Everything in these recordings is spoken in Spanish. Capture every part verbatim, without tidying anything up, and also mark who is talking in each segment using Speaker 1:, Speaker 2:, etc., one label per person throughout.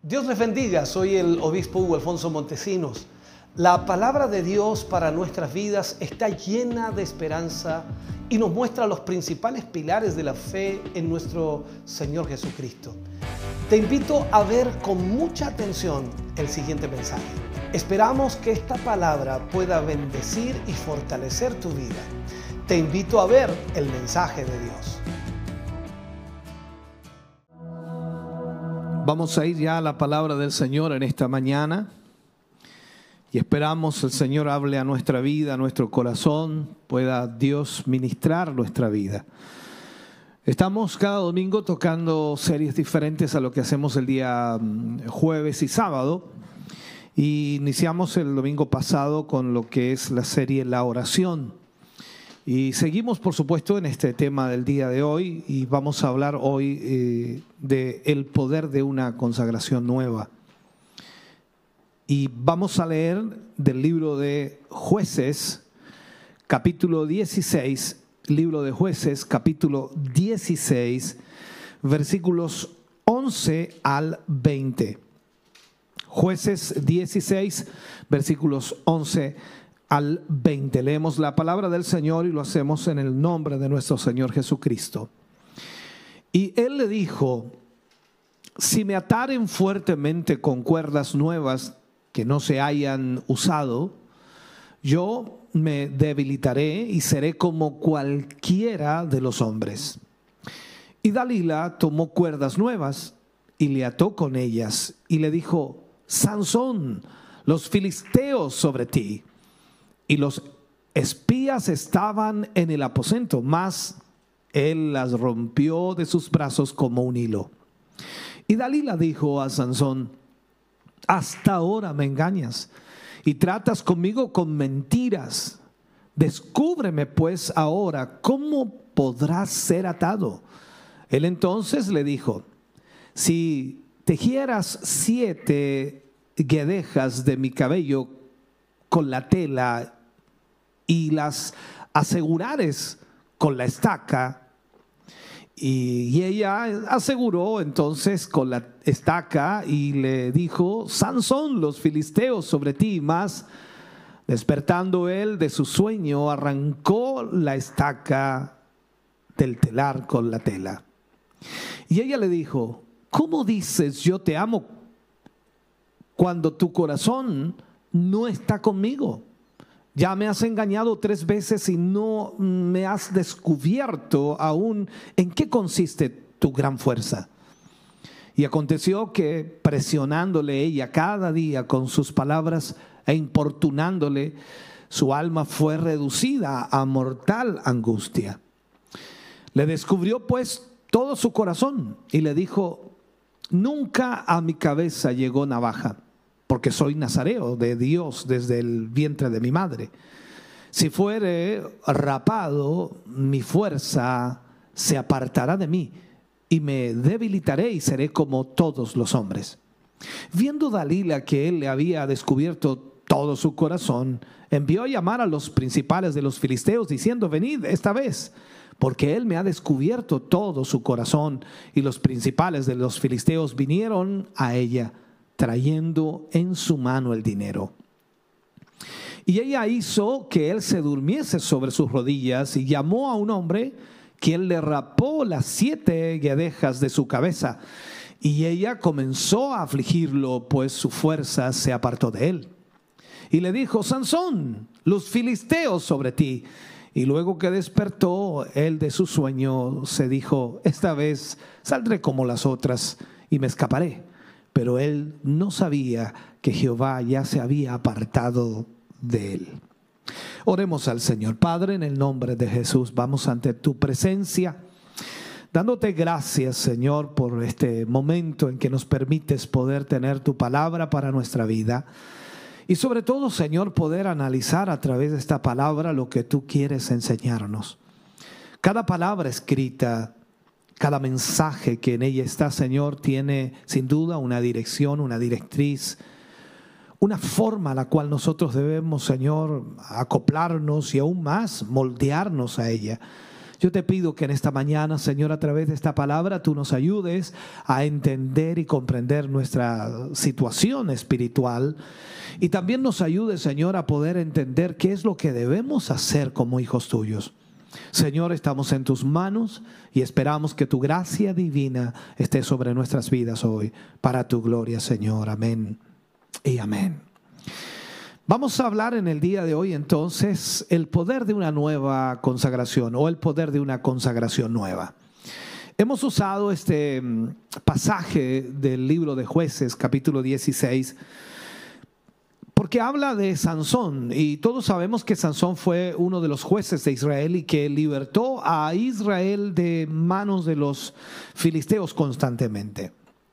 Speaker 1: Dios les bendiga, soy el obispo Hugo Alfonso Montesinos. La palabra de Dios para nuestras vidas está llena de esperanza y nos muestra los principales pilares de la fe en nuestro Señor Jesucristo. Te invito a ver con mucha atención el siguiente mensaje. Esperamos que esta palabra pueda bendecir y fortalecer tu vida. Te invito a ver el mensaje de Dios.
Speaker 2: Vamos a ir ya a la palabra del Señor en esta mañana y esperamos el Señor hable a nuestra vida, a nuestro corazón, pueda Dios ministrar nuestra vida. Estamos cada domingo tocando series diferentes a lo que hacemos el día jueves y sábado, y iniciamos el domingo pasado con lo que es la serie La Oración. Y seguimos, por supuesto, en este tema del día de hoy y vamos a hablar hoy eh, de el poder de una consagración nueva. Y vamos a leer del libro de Jueces, capítulo dieciséis, libro de Jueces, capítulo dieciséis, versículos once al veinte. Jueces dieciséis, versículos once al veinte. Leemos la palabra del Señor y lo hacemos en el nombre de nuestro Señor Jesucristo. Y él le dijo: si me ataren fuertemente con cuerdas nuevas que no se hayan usado, yo me debilitaré y seré como cualquiera de los hombres. Y Dalila tomó cuerdas nuevas y le ató con ellas y le dijo: Sansón, los filisteos sobre ti. Y los espías estaban en el aposento, mas él las rompió de sus brazos como un hilo. Y Dalila dijo a Sansón: hasta ahora me engañas y tratas conmigo con mentiras. Descúbreme pues ahora cómo podrás ser atado. Él entonces le dijo: si tejieras siete guedejas de mi cabello con la tela y las asegurares con la estaca. Y, y ella aseguró entonces con la estaca y le dijo: Sansón, los filisteos sobre ti. Mas despertando él de su sueño, arrancó la estaca del telar con la tela. Y ella le dijo: ¿cómo dices yo te amo cuando tu corazón no está conmigo? Ya me has engañado tres veces y no me has descubierto aún en qué consiste tu gran fuerza. Y aconteció que, presionándole ella cada día con sus palabras e importunándole, su alma fue reducida a mortal angustia. Le descubrió pues todo su corazón y le dijo: nunca a mi cabeza llegó navaja, porque soy nazareo de Dios desde el vientre de mi madre. Si fuere rapado, mi fuerza se apartará de mí y me debilitaré y seré como todos los hombres. Viendo Dalila que él le había descubierto todo su corazón, envió a llamar a los principales de los filisteos diciendo: venid esta vez, porque él me ha descubierto todo su corazón. Y los principales de los filisteos vinieron a ella, trayendo en su mano el dinero. Y ella hizo que él se durmiese sobre sus rodillas y llamó a un hombre, quien le rapó las siete guedejas de su cabeza. Y ella comenzó a afligirlo, pues su fuerza se apartó de él. Y le dijo: Sansón, los filisteos sobre ti. Y luego que despertó él de su sueño, se dijo: esta vez saldré como las otras y me escaparé. Pero él no sabía que Jehová ya se había apartado de él. Oremos al Señor. Padre, en el nombre de Jesús, vamos ante tu presencia, dándote gracias, Señor, por este momento en que nos permites poder tener tu palabra para nuestra vida. Y sobre todo, Señor, poder analizar a través de esta palabra lo que tú quieres enseñarnos. Cada palabra escrita, cada mensaje que en ella está, Señor, tiene sin duda una dirección, una directriz, una forma a la cual nosotros debemos, Señor, acoplarnos y aún más moldearnos a ella. Yo te pido que en esta mañana, Señor, a través de esta palabra, tú nos ayudes a entender y comprender nuestra situación espiritual y también nos ayudes, Señor, a poder entender qué es lo que debemos hacer como hijos tuyos. Señor, estamos en tus manos y esperamos que tu gracia divina esté sobre nuestras vidas hoy, para tu gloria, Señor. Amén y amén. Vamos a hablar en el día de hoy entonces el poder de una nueva consagración o el poder de una consagración nueva. Hemos usado este pasaje del libro de Jueces, capítulo dieciséis, porque habla de Sansón y todos sabemos que Sansón fue uno de los jueces de Israel y que libertó a Israel de manos de los filisteos constantemente.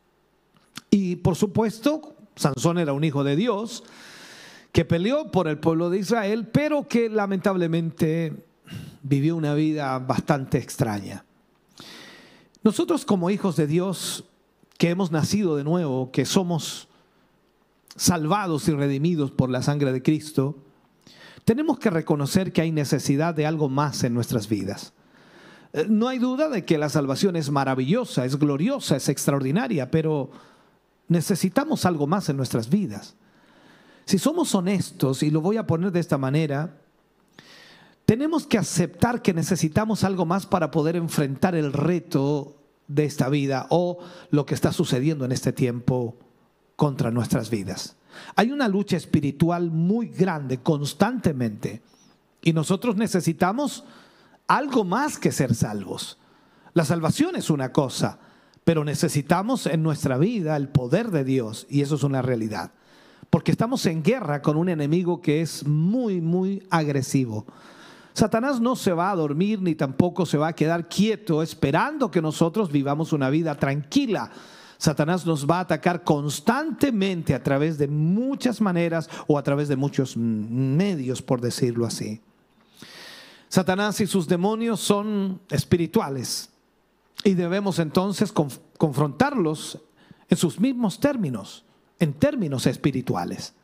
Speaker 2: Y por supuesto, Sansón era un hijo de Dios que peleó por el pueblo de Israel, pero que lamentablemente vivió una vida bastante extraña. Nosotros como hijos de Dios, que hemos nacido de nuevo, que somos salvados y redimidos por la sangre de Cristo, tenemos que reconocer que hay necesidad de algo más en nuestras vidas. No hay duda de que la salvación es maravillosa, es gloriosa, es extraordinaria, pero necesitamos algo más en nuestras vidas. Si somos honestos, y lo voy a poner de esta manera, tenemos que aceptar que necesitamos algo más para poder enfrentar el reto de esta vida o lo que está sucediendo en este tiempo contra nuestras vidas. Hay una lucha espiritual muy grande constantemente y nosotros necesitamos algo más que ser salvos. La salvación es una cosa, pero necesitamos en nuestra vida el poder de Dios y eso es una realidad. Porque estamos en guerra con un enemigo que es muy, muy agresivo. Satanás no se va a dormir ni tampoco se va a quedar quieto esperando que nosotros vivamos una vida tranquila. Satanás nos va a atacar constantemente a través de muchas maneras o a través de muchos medios, por decirlo así. Satanás y sus demonios son espirituales y debemos entonces conf- confrontarlos en sus mismos términos. En términos espirituales.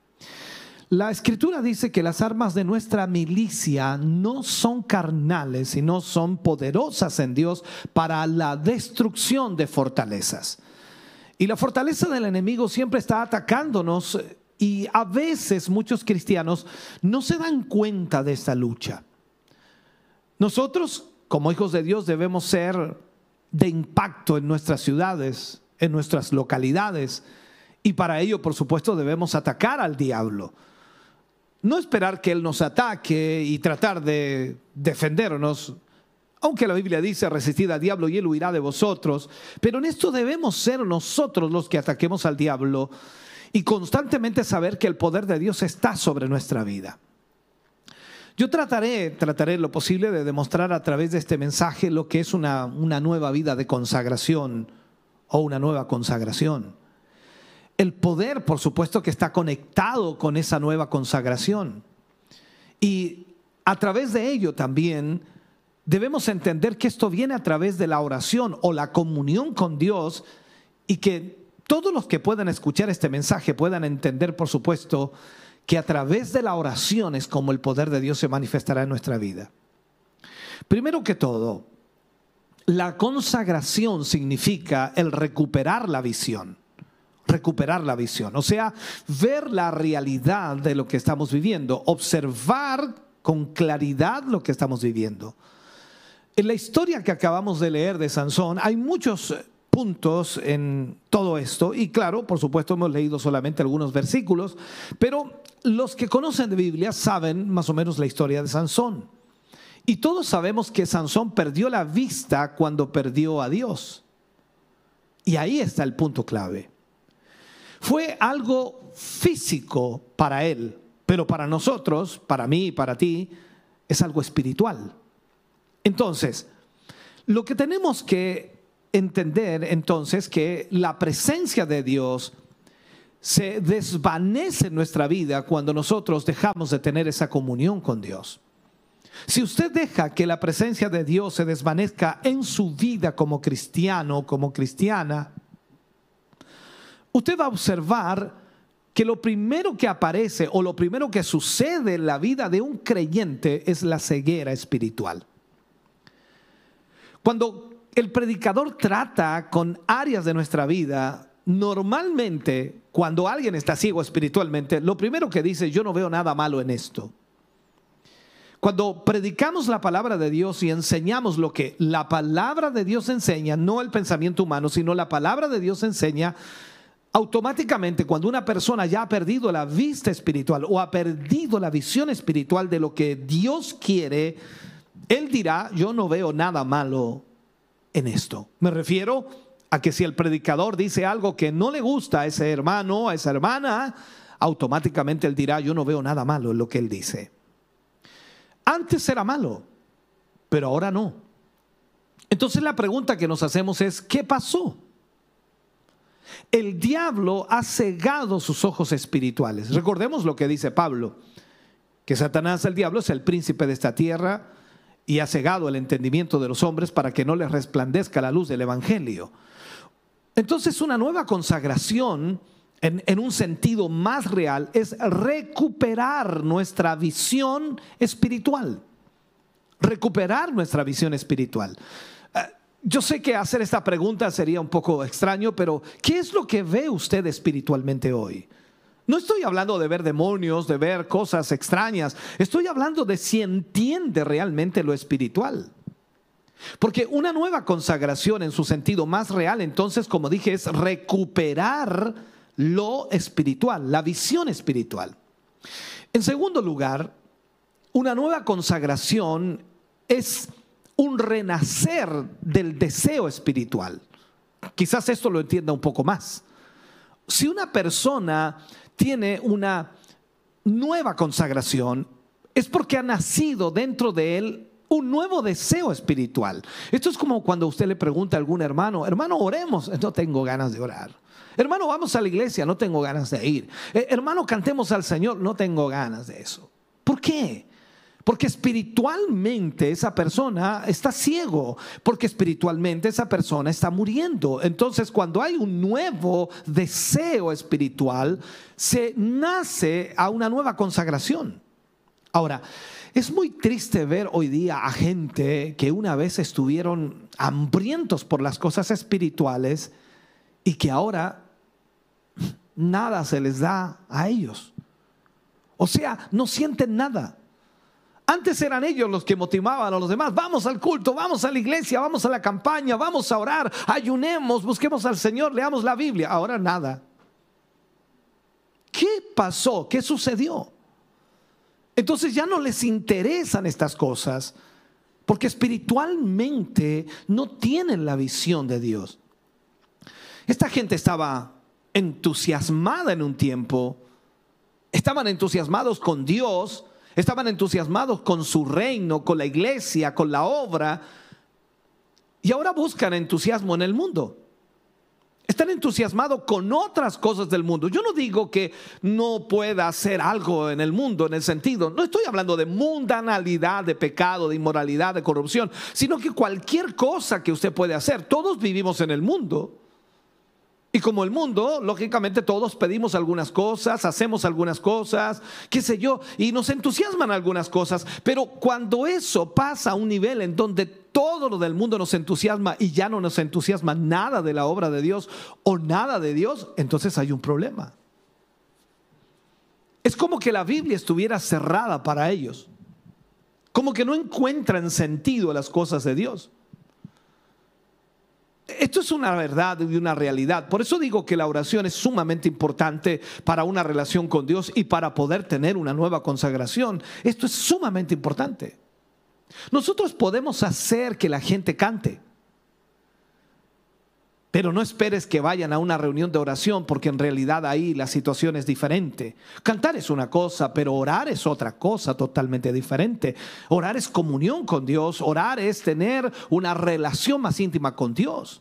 Speaker 2: La Escritura dice que las armas de nuestra milicia no son carnales, sino son poderosas en Dios para la destrucción de fortalezas. Y la fortaleza del enemigo siempre está atacándonos y a veces muchos cristianos no se dan cuenta de esta lucha. Nosotros, como hijos de Dios, debemos ser de impacto en nuestras ciudades, en nuestras localidades. Y para ello, por supuesto, debemos atacar al diablo. No esperar que él nos ataque y tratar de defendernos, aunque la Biblia dice resistid al diablo y él huirá de vosotros. Pero en esto debemos ser nosotros los que ataquemos al diablo y constantemente saber que el poder de Dios está sobre nuestra vida. Yo trataré, trataré lo posible de demostrar a través de este mensaje lo que es una, una nueva vida de consagración o una nueva consagración. El poder, por supuesto, que está conectado con esa nueva consagración. Y a través de ello también debemos entender que esto viene a través de la oración o la comunión con Dios y que todos los que puedan escuchar este mensaje puedan entender, por supuesto, que a través de la oración es como el poder de Dios se manifestará en nuestra vida. Primero que todo, la consagración significa el recuperar la visión. Recuperar la visión, o sea, ver la realidad de lo que estamos viviendo, observar con claridad lo que estamos viviendo. En la historia que acabamos de leer de Sansón hay muchos puntos en todo esto y claro, por supuesto hemos leído solamente algunos versículos, pero los que conocen de Biblia saben más o menos la historia de Sansón. Y todos sabemos que Sansón perdió la vista cuando perdió a Dios. Y ahí está el punto clave. Fue algo físico para él, pero para nosotros, para mí y para ti, es algo espiritual. Entonces, lo que tenemos que entender entonces que la presencia de Dios se desvanece en nuestra vida cuando nosotros dejamos de tener esa comunión con Dios. Si usted deja que la presencia de Dios se desvanezca en su vida como cristiano, como cristiana, usted va a observar que lo primero que aparece o lo primero que sucede en la vida de un creyente es la ceguera espiritual. Cuando el predicador trata con áreas de nuestra vida, normalmente cuando alguien está ciego espiritualmente, lo primero que dice, yo no veo nada malo en esto. Cuando predicamos la palabra de Dios y enseñamos lo que la palabra de Dios enseña, no el pensamiento humano, sino la palabra de Dios enseña, automáticamente cuando una persona ya ha perdido la vista espiritual o ha perdido la visión espiritual de lo que Dios quiere, él dirá, yo no veo nada malo en esto. Me refiero a que si el predicador dice algo que no le gusta a ese hermano, a esa hermana, automáticamente él dirá, yo no veo nada malo en lo que él dice. Antes era malo, pero ahora no. Entonces la pregunta que nos hacemos es, ¿qué pasó? El diablo ha cegado sus ojos espirituales. Recordemos lo que dice Pablo, que Satanás, el diablo, es el príncipe de esta tierra y ha cegado el entendimiento de los hombres para que no les resplandezca la luz del evangelio. Entonces una nueva consagración En, en un sentido más real, es recuperar nuestra visión espiritual. Recuperar nuestra visión espiritual. Uh, yo sé que hacer esta pregunta sería un poco extraño, pero ¿qué es lo que ve usted espiritualmente hoy? No estoy hablando de ver demonios, de ver cosas extrañas. Estoy hablando de si entiende realmente lo espiritual. Porque una nueva consagración en su sentido más real, entonces, como dije, es recuperar lo espiritual, la visión espiritual. En segundo lugar, una nueva consagración es un renacer del deseo espiritual. Quizás esto lo entienda un poco más. Si una persona tiene una nueva consagración, es porque ha nacido dentro de él un nuevo deseo espiritual. Esto es como cuando usted le pregunta a algún hermano, hermano, oremos, no tengo ganas de orar. Hermano, vamos a la iglesia, no tengo ganas de ir. Eh, hermano, cantemos al Señor, no tengo ganas de eso. ¿Por qué? Porque espiritualmente esa persona está ciego, porque espiritualmente esa persona está muriendo. Entonces, cuando hay un nuevo deseo espiritual, se nace a una nueva consagración. Ahora, es muy triste ver hoy día a gente que una vez estuvieron hambrientos por las cosas espirituales y que ahora nada se les da a ellos. O sea, no sienten nada. Antes eran ellos los que motivaban a los demás. Vamos al culto, vamos a la iglesia, vamos a la campaña, vamos a orar, ayunemos, busquemos al Señor, leamos la Biblia. Ahora nada. ¿Qué pasó? ¿Qué sucedió? Entonces ya no les interesan estas cosas porque espiritualmente no tienen la visión de Dios. Esta gente estaba entusiasmada en un tiempo, estaban entusiasmados con Dios, estaban entusiasmados con su reino, con la iglesia, con la obra, y ahora buscan entusiasmo en el mundo. Están entusiasmados con otras cosas del mundo. Yo no digo que no pueda hacer algo en el mundo, en el sentido, no estoy hablando de mundanalidad, de pecado, de inmoralidad, de corrupción, sino que cualquier cosa que usted puede hacer. Todos vivimos en el mundo. Y como el mundo, lógicamente todos pedimos algunas cosas, hacemos algunas cosas, qué sé yo, y nos entusiasman algunas cosas. Pero cuando eso pasa a un nivel en donde todo lo del mundo nos entusiasma y ya no nos entusiasma nada de la obra de Dios o nada de Dios, entonces hay un problema. Es como que la Biblia estuviera cerrada para ellos, como que no encuentran sentido a las cosas de Dios. Esto es una verdad y una realidad. Por eso digo que la oración es sumamente importante para una relación con Dios y para poder tener una nueva consagración. Esto es sumamente importante. Nosotros podemos hacer que la gente cante, pero no esperes que vayan a una reunión de oración, porque en realidad ahí la situación es diferente. Cantar es una cosa, pero orar es otra cosa totalmente diferente. Orar es comunión con Dios, orar es tener una relación más íntima con Dios.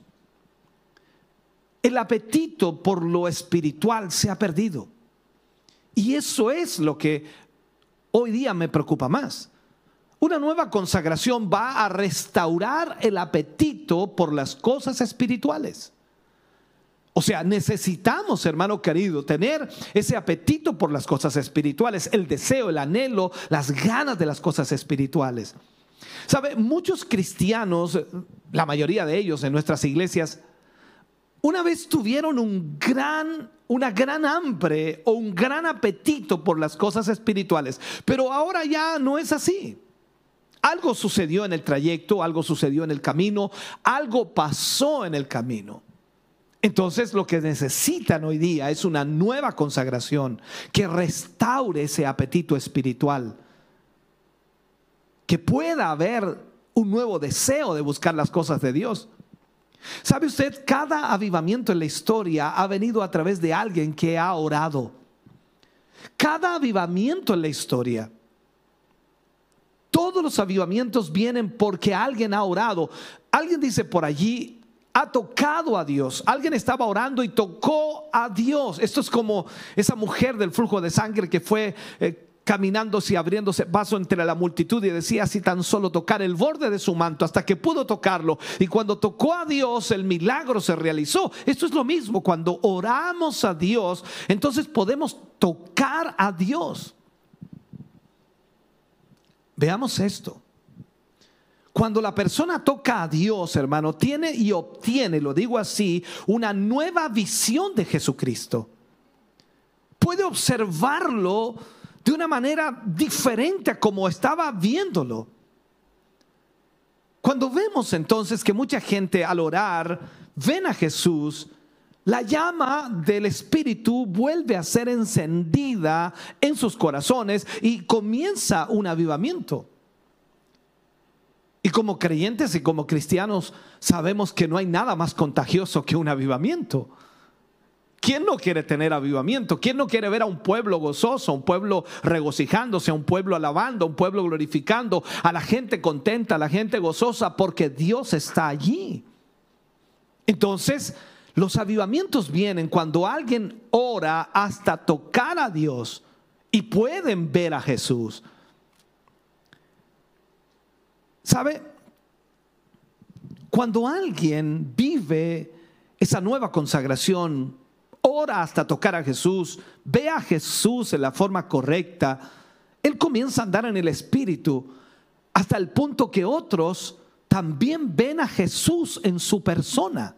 Speaker 2: El apetito por lo espiritual se ha perdido. Y eso es lo que hoy día me preocupa más. Una nueva consagración va a restaurar el apetito por las cosas espirituales. O sea, necesitamos, hermano querido, tener ese apetito por las cosas espirituales, el deseo, el anhelo, las ganas de las cosas espirituales. ¿Sabe? Muchos cristianos, la mayoría de ellos en nuestras iglesias, una vez tuvieron un gran, una gran hambre o un gran apetito por las cosas espirituales, pero ahora ya no es así. Algo sucedió en el trayecto, algo sucedió en el camino, algo pasó en el camino. Entonces lo que necesitan hoy día es una nueva consagración que restaure ese apetito espiritual, que pueda haber un nuevo deseo de buscar las cosas de Dios. ¿Sabe usted? Cada avivamiento en la historia ha venido a través de alguien que ha orado. Cada avivamiento en la historia, todos los avivamientos vienen porque alguien ha orado. Alguien dice por allí, ha tocado a Dios. Alguien estaba orando y tocó a Dios. Esto es como esa mujer del flujo de sangre que fue eh, caminándose y abriéndose paso entre la multitud y decía, si tan solo tocar el borde de su manto, hasta que pudo tocarlo. Y cuando tocó a Dios, el milagro se realizó. Esto es lo mismo, cuando oramos a Dios, entonces podemos tocar a Dios. Veamos esto. Cuando la persona toca a Dios, hermano, tiene y obtiene, lo digo así, una nueva visión de Jesucristo. Puede observarlo de una manera diferente a como estaba viéndolo. Cuando vemos entonces que mucha gente al orar ven a Jesús, la llama del Espíritu vuelve a ser encendida en sus corazones y comienza un avivamiento. Y como creyentes y como cristianos sabemos que no hay nada más contagioso que un avivamiento. ¿Quién no quiere tener avivamiento? ¿Quién no quiere ver a un pueblo gozoso, un pueblo regocijándose, a un pueblo alabando, a un pueblo glorificando, a la gente contenta, a la gente gozosa porque Dios está allí? Entonces, los avivamientos vienen cuando alguien ora hasta tocar a Dios y pueden ver a Jesús. ¿Sabe? Cuando alguien vive esa nueva consagración, ora hasta tocar a Jesús, ve a Jesús en la forma correcta, él comienza a andar en el Espíritu hasta el punto que otros también ven a Jesús en su persona.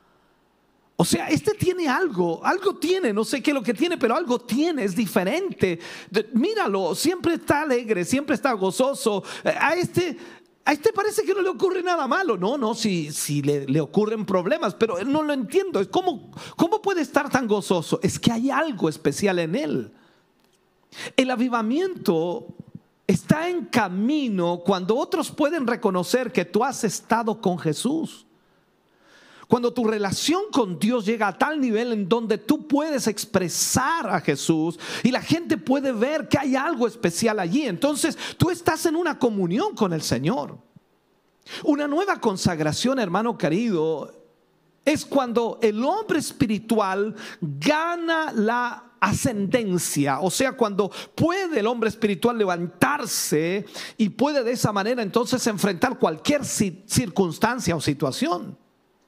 Speaker 2: O sea, este tiene algo, algo tiene, no sé qué es lo que tiene, pero algo tiene, es diferente. Míralo, siempre está alegre, siempre está gozoso. A este, a este parece que no le ocurre nada malo. No, no, sí, sí le, le ocurren problemas, pero no lo entiendo. ¿Cómo, ¿Cómo puede estar tan gozoso? Es que hay algo especial en él. El avivamiento está en camino cuando otros pueden reconocer que tú has estado con Jesús. Cuando tu relación con Dios llega a tal nivel en donde tú puedes expresar a Jesús y la gente puede ver que hay algo especial allí, entonces tú estás en una comunión con el Señor. Una nueva consagración, hermano querido, es cuando el hombre espiritual gana la ascendencia, o sea, cuando puede el hombre espiritual levantarse y puede de esa manera entonces enfrentar cualquier circunstancia o situación.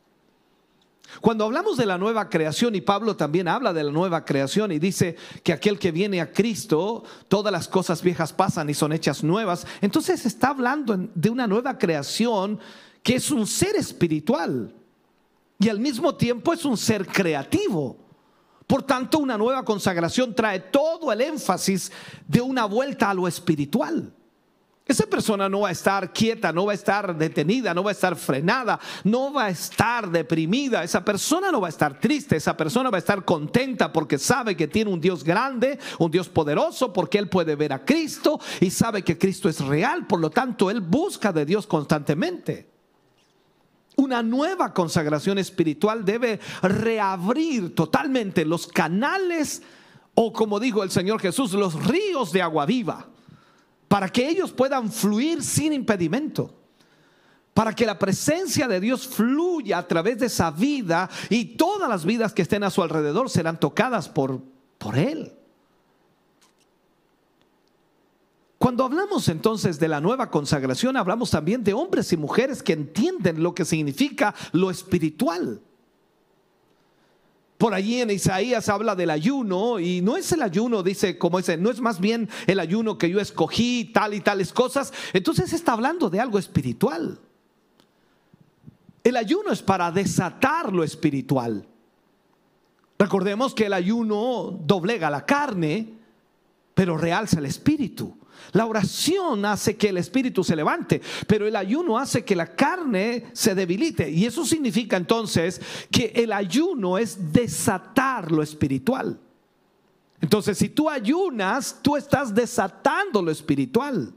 Speaker 2: Cuando hablamos de la nueva creación, y Pablo también habla de la nueva creación y dice que aquel que viene a Cristo, todas las cosas viejas pasan y son hechas nuevas, entonces está hablando de una nueva creación que es un ser espiritual y al mismo tiempo es un ser creativo. Por tanto, una nueva consagración trae todo el énfasis de una vuelta a lo espiritual. Esa persona no va a estar quieta, no va a estar detenida, no va a estar frenada, no va a estar deprimida. Esa persona no va a estar triste, esa persona va a estar contenta porque sabe que tiene un Dios grande, un Dios poderoso, porque él puede ver a Cristo y sabe que Cristo es real. Por lo tanto, él busca de Dios constantemente. Una nueva consagración espiritual debe reabrir totalmente los canales, o como dijo el Señor Jesús, los ríos de agua viva, para que ellos puedan fluir sin impedimento, para que la presencia de Dios fluya a través de esa vida y todas las vidas que estén a su alrededor serán tocadas por, por Él. Cuando hablamos entonces de la nueva consagración, hablamos también de hombres y mujeres que entienden lo que significa lo espiritual. Por allí en Isaías habla del ayuno, y no es el ayuno, dice, como dice, no es más bien el ayuno que yo escogí, tal y tales cosas. Entonces está hablando de algo espiritual. El ayuno es para desatar lo espiritual. Recordemos que el ayuno doblega la carne, pero realza el espíritu. La oración hace que el espíritu se levante, pero el ayuno hace que la carne se debilite. Y eso significa entonces que el ayuno es desatar lo espiritual. Entonces, si tú ayunas, tú estás desatando lo espiritual.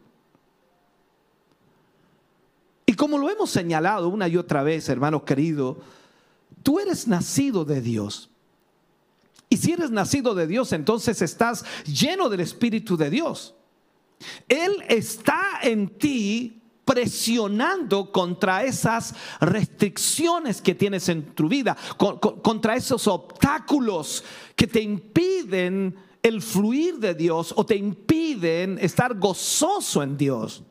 Speaker 2: Y como lo hemos señalado una y otra vez, hermano querido, tú eres nacido de Dios. Y si eres nacido de Dios, entonces estás lleno del Espíritu de Dios. Él está en ti presionando contra esas restricciones que tienes en tu vida, contra esos obstáculos que te impiden el fluir de Dios o te impiden estar gozoso en Dios.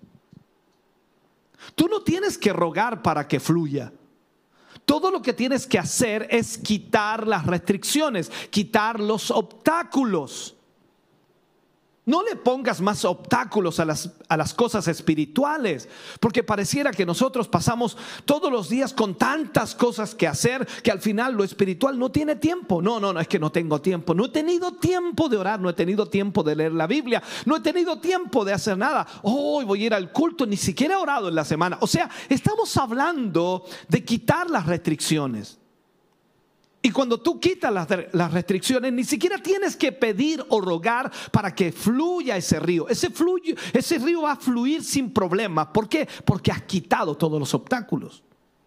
Speaker 2: Tú no tienes que rogar para que fluya. Todo lo que tienes que hacer es quitar las restricciones, quitar los obstáculos. No le pongas más obstáculos a las, a las cosas espirituales, porque pareciera que nosotros pasamos todos los días con tantas cosas que hacer que al final lo espiritual no tiene tiempo. No, no, no, es que no tengo tiempo. No he tenido tiempo de orar, no he tenido tiempo de leer la Biblia, no he tenido tiempo de hacer nada. Hoy voy a ir al culto, ni siquiera he orado en la semana. O sea, estamos hablando de quitar las restricciones. Y cuando tú quitas las, las restricciones, ni siquiera tienes que pedir o rogar para que fluya ese río. Ese, fluye, ese río va a fluir sin problema. ¿Por qué? Porque has quitado todos los obstáculos.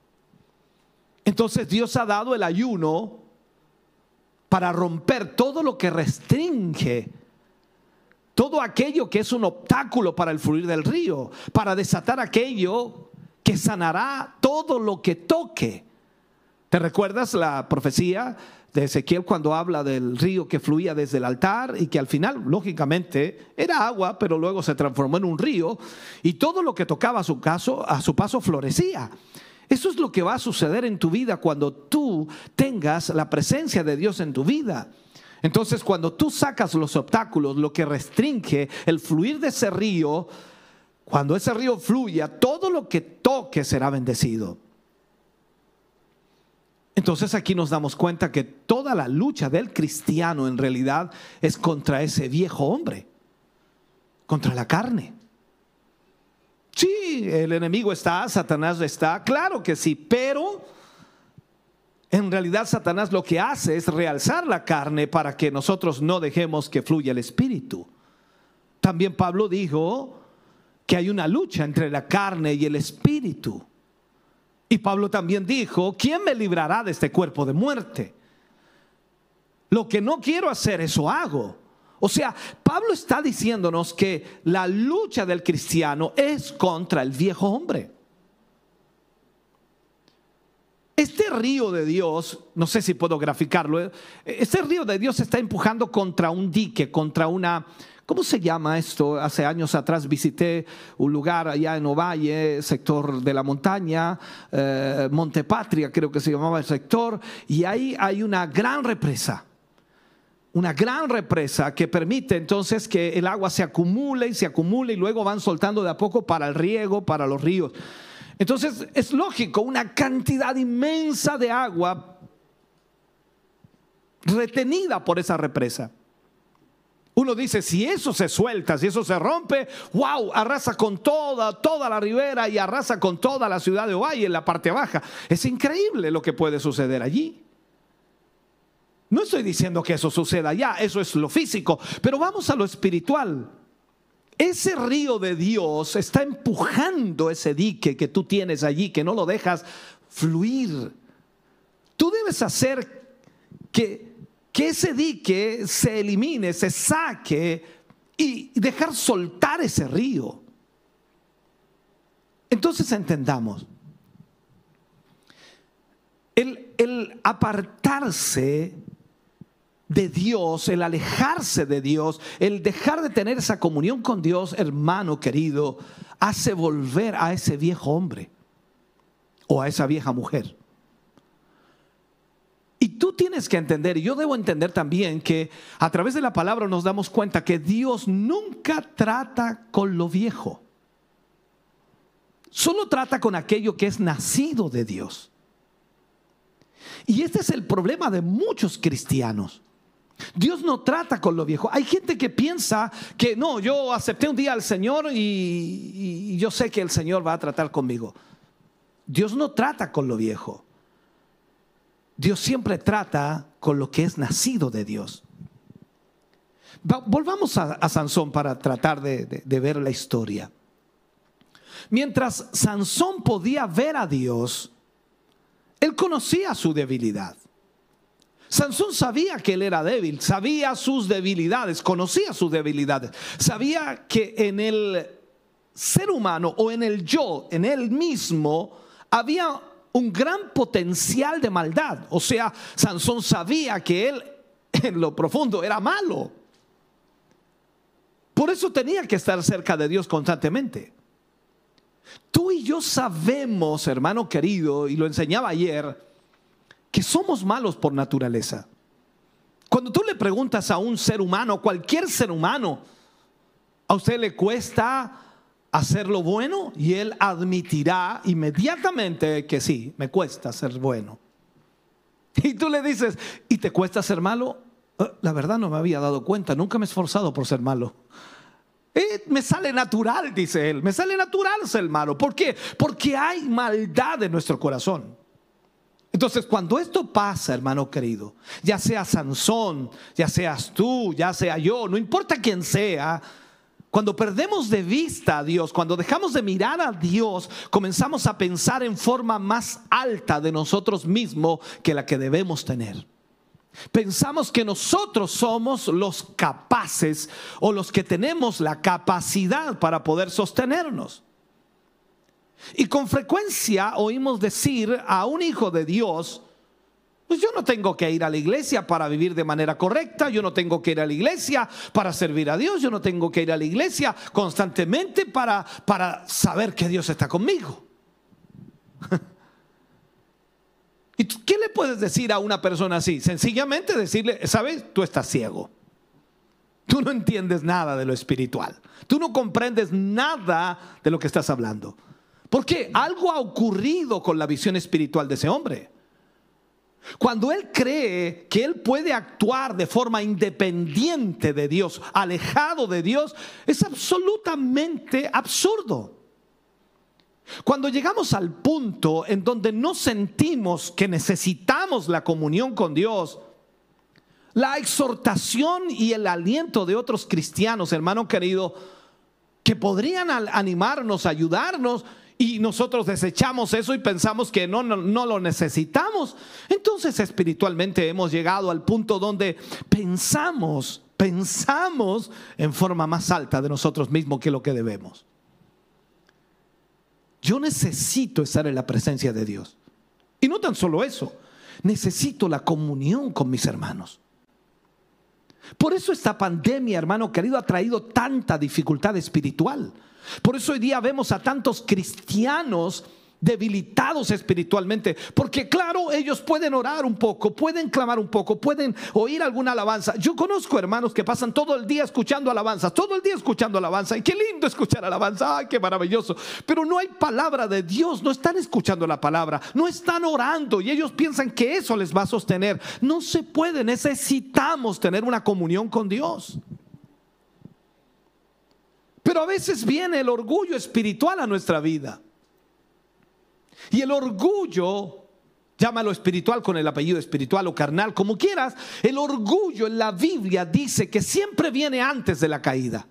Speaker 2: Entonces Dios ha dado el ayuno para romper todo lo que restringe, todo aquello que es un obstáculo para el fluir del río, para desatar aquello que sanará todo lo que toque. ¿Te recuerdas la profecía de Ezequiel cuando habla del río que fluía desde el altar y que al final, lógicamente, era agua, pero luego se transformó en un río y todo lo que tocaba a su, caso, a su paso florecía? Eso es lo que va a suceder en tu vida cuando tú tengas la presencia de Dios en tu vida. Entonces, cuando tú sacas los obstáculos, lo que restringe el fluir de ese río, cuando ese río fluya, todo lo que toque será bendecido. Entonces aquí nos damos cuenta que toda la lucha del cristiano en realidad es contra ese viejo hombre, contra la carne. Sí, el enemigo está, Satanás está, claro que sí, pero en realidad Satanás lo que hace es realzar la carne para que nosotros no dejemos que fluya el espíritu. También Pablo dijo que hay una lucha entre la carne y el espíritu. Y Pablo también dijo, ¿quién me librará de este cuerpo de muerte? Lo que no quiero hacer, eso hago. O sea, Pablo está diciéndonos que la lucha del cristiano es contra el viejo hombre. Este río de Dios, no sé si puedo graficarlo, este río de Dios está empujando contra un dique, contra una... ¿Cómo se llama esto? Hace años atrás visité un lugar allá en Ovalle, sector de la montaña, eh, Montepatria creo que se llamaba el sector, y ahí hay una gran represa, una gran represa que permite entonces que el agua se acumule y se acumule y luego van soltando de a poco para el riego, para los ríos. Entonces es lógico, una cantidad inmensa de agua retenida por esa represa. Uno dice, si eso se suelta, si eso se rompe, wow, arrasa con toda, toda la ribera y arrasa con toda la ciudad de Ovalle en la parte baja. Es increíble lo que puede suceder allí. No estoy diciendo que eso suceda allá, eso es lo físico, pero vamos a lo espiritual. Ese río de Dios está empujando ese dique que tú tienes allí, que no lo dejas fluir. Tú debes hacer que... que ese dique se elimine, se saque y dejar soltar ese río. Entonces entendamos, el, el apartarse de Dios, el alejarse de Dios, el dejar de tener esa comunión con Dios, hermano querido, hace volver a ese viejo hombre o a esa vieja mujer. Y tú tienes tienes que entender, y yo debo entender también, que a través de la palabra nos damos cuenta que Dios nunca trata con lo viejo. Solo trata con aquello que es nacido de Dios. Y este es el problema de muchos cristianos. Dios no trata con lo viejo. Hay gente que piensa que no, yo acepté un día al Señor y, y yo sé que el Señor va a tratar conmigo. Dios no trata con lo viejo. Dios siempre trata con lo que es nacido de Dios. Volvamos a, a Sansón para tratar de, de, de ver la historia. Mientras Sansón podía ver a Dios, él conocía su debilidad. Sansón sabía que él era débil, sabía sus debilidades, conocía sus debilidades. Sabía que en el ser humano o en el yo, en él mismo, había un gran potencial de maldad. O sea, Sansón sabía que él en lo profundo era malo. Por eso tenía que estar cerca de Dios constantemente. Tú y yo sabemos, hermano querido, y lo enseñaba ayer, que somos malos por naturaleza. Cuando tú le preguntas a un ser humano, cualquier ser humano, ¿a usted le cuesta hacer lo bueno? Y él admitirá inmediatamente que sí, me cuesta ser bueno. Y tú le dices, ¿y te cuesta ser malo? La verdad no me había dado cuenta, nunca me he esforzado por ser malo. Eh, me sale natural, dice él, me sale natural ser malo. ¿Por qué? Porque hay maldad en nuestro corazón. Entonces, cuando esto pasa, hermano querido, ya sea Sansón, ya seas tú, ya sea yo, no importa quién sea, cuando perdemos de vista a Dios, cuando dejamos de mirar a Dios, comenzamos a pensar en forma más alta de nosotros mismos que la que debemos tener. Pensamos que nosotros somos los capaces o los que tenemos la capacidad para poder sostenernos. Y con frecuencia oímos decir a un hijo de Dios, pues yo no tengo que ir a la iglesia para vivir de manera correcta, yo no tengo que ir a la iglesia para servir a Dios, yo no tengo que ir a la iglesia constantemente para, para saber que Dios está conmigo. ¿Y qué le puedes decir a una persona así? Sencillamente decirle, ¿sabes? Tú estás ciego. Tú no entiendes nada de lo espiritual. Tú no comprendes nada de lo que estás hablando. Porque algo ha ocurrido con la visión espiritual de ese hombre. Cuando él cree que él puede actuar de forma independiente de Dios, alejado de Dios, es absolutamente absurdo. Cuando llegamos al punto en donde no sentimos que necesitamos la comunión con Dios, la exhortación y el aliento de otros cristianos, hermano querido, que podrían animarnos, ayudarnos, y nosotros desechamos eso y pensamos que no, no, no lo necesitamos, entonces espiritualmente hemos llegado al punto donde pensamos, pensamos en forma más alta de nosotros mismos que lo que debemos. Yo necesito estar en la presencia de Dios. Y no tan solo eso, necesito la comunión con mis hermanos. Por eso esta pandemia, hermano querido, ha traído tanta dificultad espiritual. Por eso hoy día vemos a tantos cristianos debilitados espiritualmente, porque claro, ellos pueden orar un poco, pueden clamar un poco, pueden oír alguna alabanza. Yo conozco hermanos que pasan todo el día escuchando alabanzas, todo el día escuchando alabanza, y qué lindo escuchar alabanza, ay, qué maravilloso, pero no hay palabra de Dios, no están escuchando la palabra, no están orando, y ellos piensan que eso les va a sostener. No se puede, necesitamos tener una comunión con Dios. Pero a veces viene el orgullo espiritual a nuestra vida. Y el orgullo, llámalo espiritual con el apellido espiritual o carnal, como quieras, el orgullo en la Biblia dice que siempre viene antes de la caída.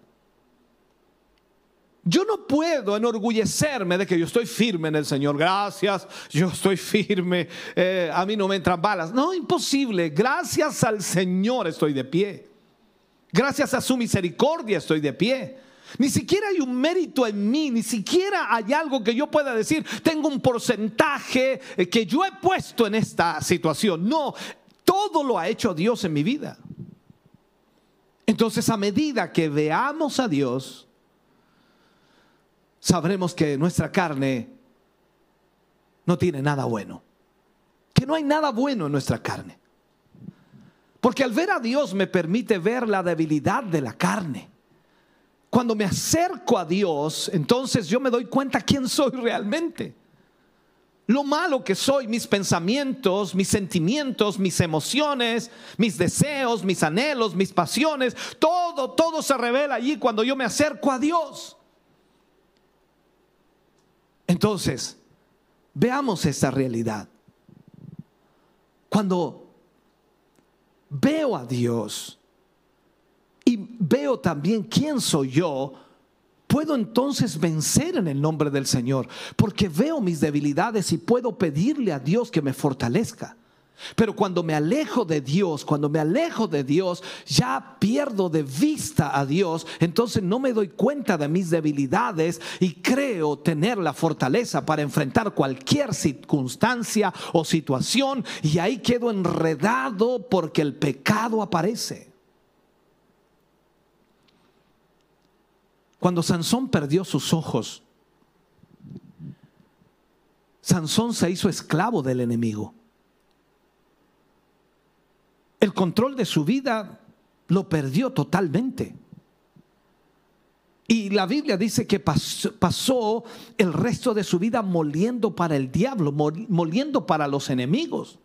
Speaker 2: Yo no puedo enorgullecerme de que yo estoy firme en el Señor. Gracias, yo estoy firme, eh, a mí no me entran balas. No, imposible. Gracias al Señor estoy de pie. Gracias a su misericordia estoy de pie. Ni siquiera hay un mérito en mí, ni siquiera hay algo que yo pueda decir, tengo un porcentaje que yo he puesto en esta situación. No, todo lo ha hecho Dios en mi vida. Entonces, a medida que veamos a Dios, sabremos que nuestra carne no tiene nada bueno, que no hay nada bueno en nuestra carne. Porque al ver a Dios me permite ver la debilidad de la carne. Cuando me acerco a Dios, entonces yo me doy cuenta quién soy realmente. Lo malo que soy, mis pensamientos, mis sentimientos, mis emociones, mis deseos, mis anhelos, mis pasiones, todo, todo se revela allí cuando yo me acerco a Dios. Entonces, veamos esta realidad. Cuando veo a Dios y veo también quién soy yo, puedo entonces vencer en el nombre del Señor, porque veo mis debilidades y puedo pedirle a Dios que me fortalezca. Pero cuando me alejo de Dios, cuando me alejo de Dios, ya pierdo de vista a Dios, entonces no me doy cuenta de mis debilidades y creo tener la fortaleza para enfrentar cualquier circunstancia o situación, y ahí quedo enredado porque el pecado aparece. Cuando Sansón perdió sus ojos, Sansón se hizo esclavo del enemigo. El control de su vida lo perdió totalmente. Y la Biblia dice que pasó, pasó el resto de su vida moliendo para el diablo, moliendo para los enemigos.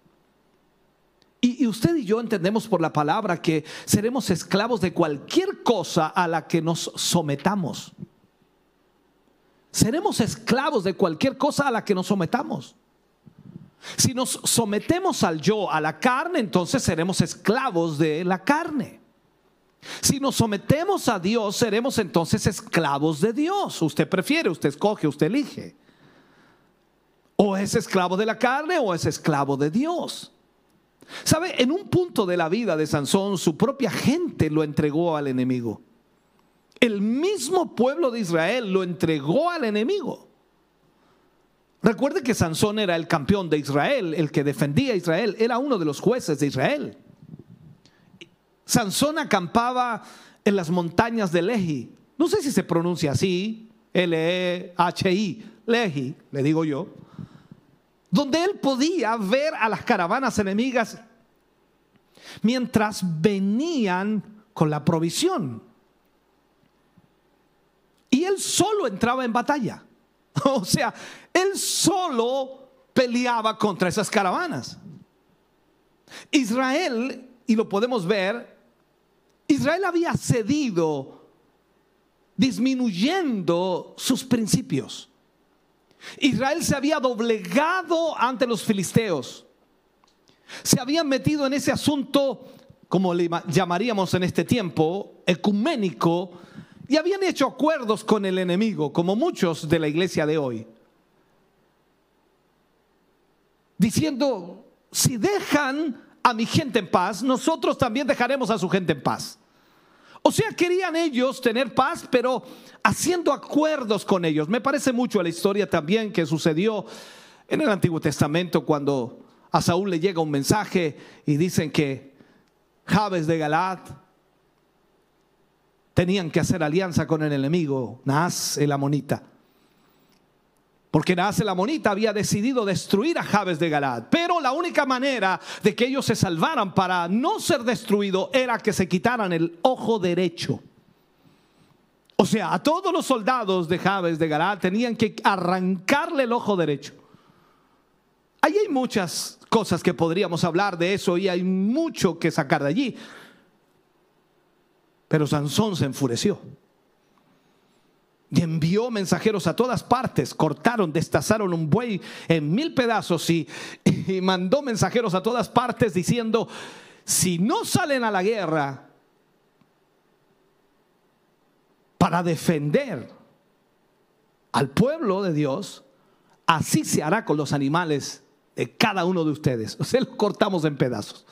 Speaker 2: Y usted y yo entendemos por la palabra que seremos esclavos de cualquier cosa a la que nos sometamos. Seremos esclavos de cualquier cosa a la que nos sometamos. Si nos sometemos al yo, a la carne, entonces seremos esclavos de la carne. Si nos sometemos a Dios, seremos entonces esclavos de Dios. Usted prefiere, usted escoge, usted elige. O es esclavo de la carne o es esclavo de Dios. ¿Sabe? En un punto de la vida de Sansón, su propia gente lo entregó al enemigo. El mismo pueblo de Israel lo entregó al enemigo. Recuerde que Sansón era el campeón de Israel, el que defendía a Israel, era uno de los jueces de Israel. Sansón acampaba en las montañas de Lehi. No sé si se pronuncia así, L E H I, Lehi, le digo yo. Donde él podía ver a las caravanas enemigas mientras venían con la provisión. Y él solo entraba en batalla. O sea, él solo peleaba contra esas caravanas. Israel, y lo podemos ver, Israel había cedido, disminuyendo sus principios. Israel se había doblegado ante los filisteos. Se habían metido en ese asunto, como le llamaríamos en este tiempo, ecuménico, y habían hecho acuerdos con el enemigo, como muchos de la iglesia de hoy, diciendo: si dejan a mi gente en paz, nosotros también dejaremos a su gente en paz. O sea, querían ellos tener paz, pero haciendo acuerdos con ellos. Me parece mucho a la historia también que sucedió en el Antiguo Testamento, cuando a Saúl le llega un mensaje y dicen que Jabes de Galaad tenían que hacer alianza con el enemigo, Naas el amonita. Porque Naas el amonita había decidido destruir a Jabes de Galaad. Pero la única manera de que ellos se salvaran para no ser destruidos era que se quitaran el ojo derecho. O sea, a todos los soldados de Jabes de Galaad tenían que arrancarle el ojo derecho. Ahí hay muchas cosas que podríamos hablar de eso y hay mucho que sacar de allí. Pero Sansón se enfureció y envió mensajeros a todas partes. Cortaron, destazaron un buey en mil pedazos y, y mandó mensajeros a todas partes diciendo: si no salen a la guerra para defender al pueblo de Dios, así se hará con los animales de cada uno de ustedes. O sea, los cortamos en pedazos.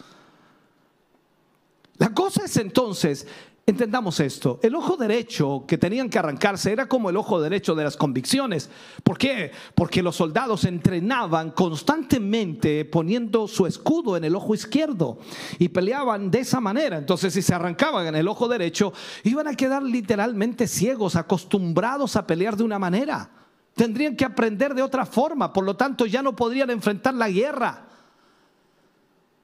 Speaker 2: La cosa es entonces, entendamos esto, el ojo derecho que tenían que arrancarse era como el ojo derecho de las convicciones. ¿Por qué? Porque los soldados entrenaban constantemente poniendo su escudo en el ojo izquierdo y peleaban de esa manera. Entonces, si se arrancaban en el ojo derecho, iban a quedar literalmente ciegos, acostumbrados a pelear de una manera. Tendrían que aprender de otra forma, por lo tanto ya no podrían enfrentar la guerra.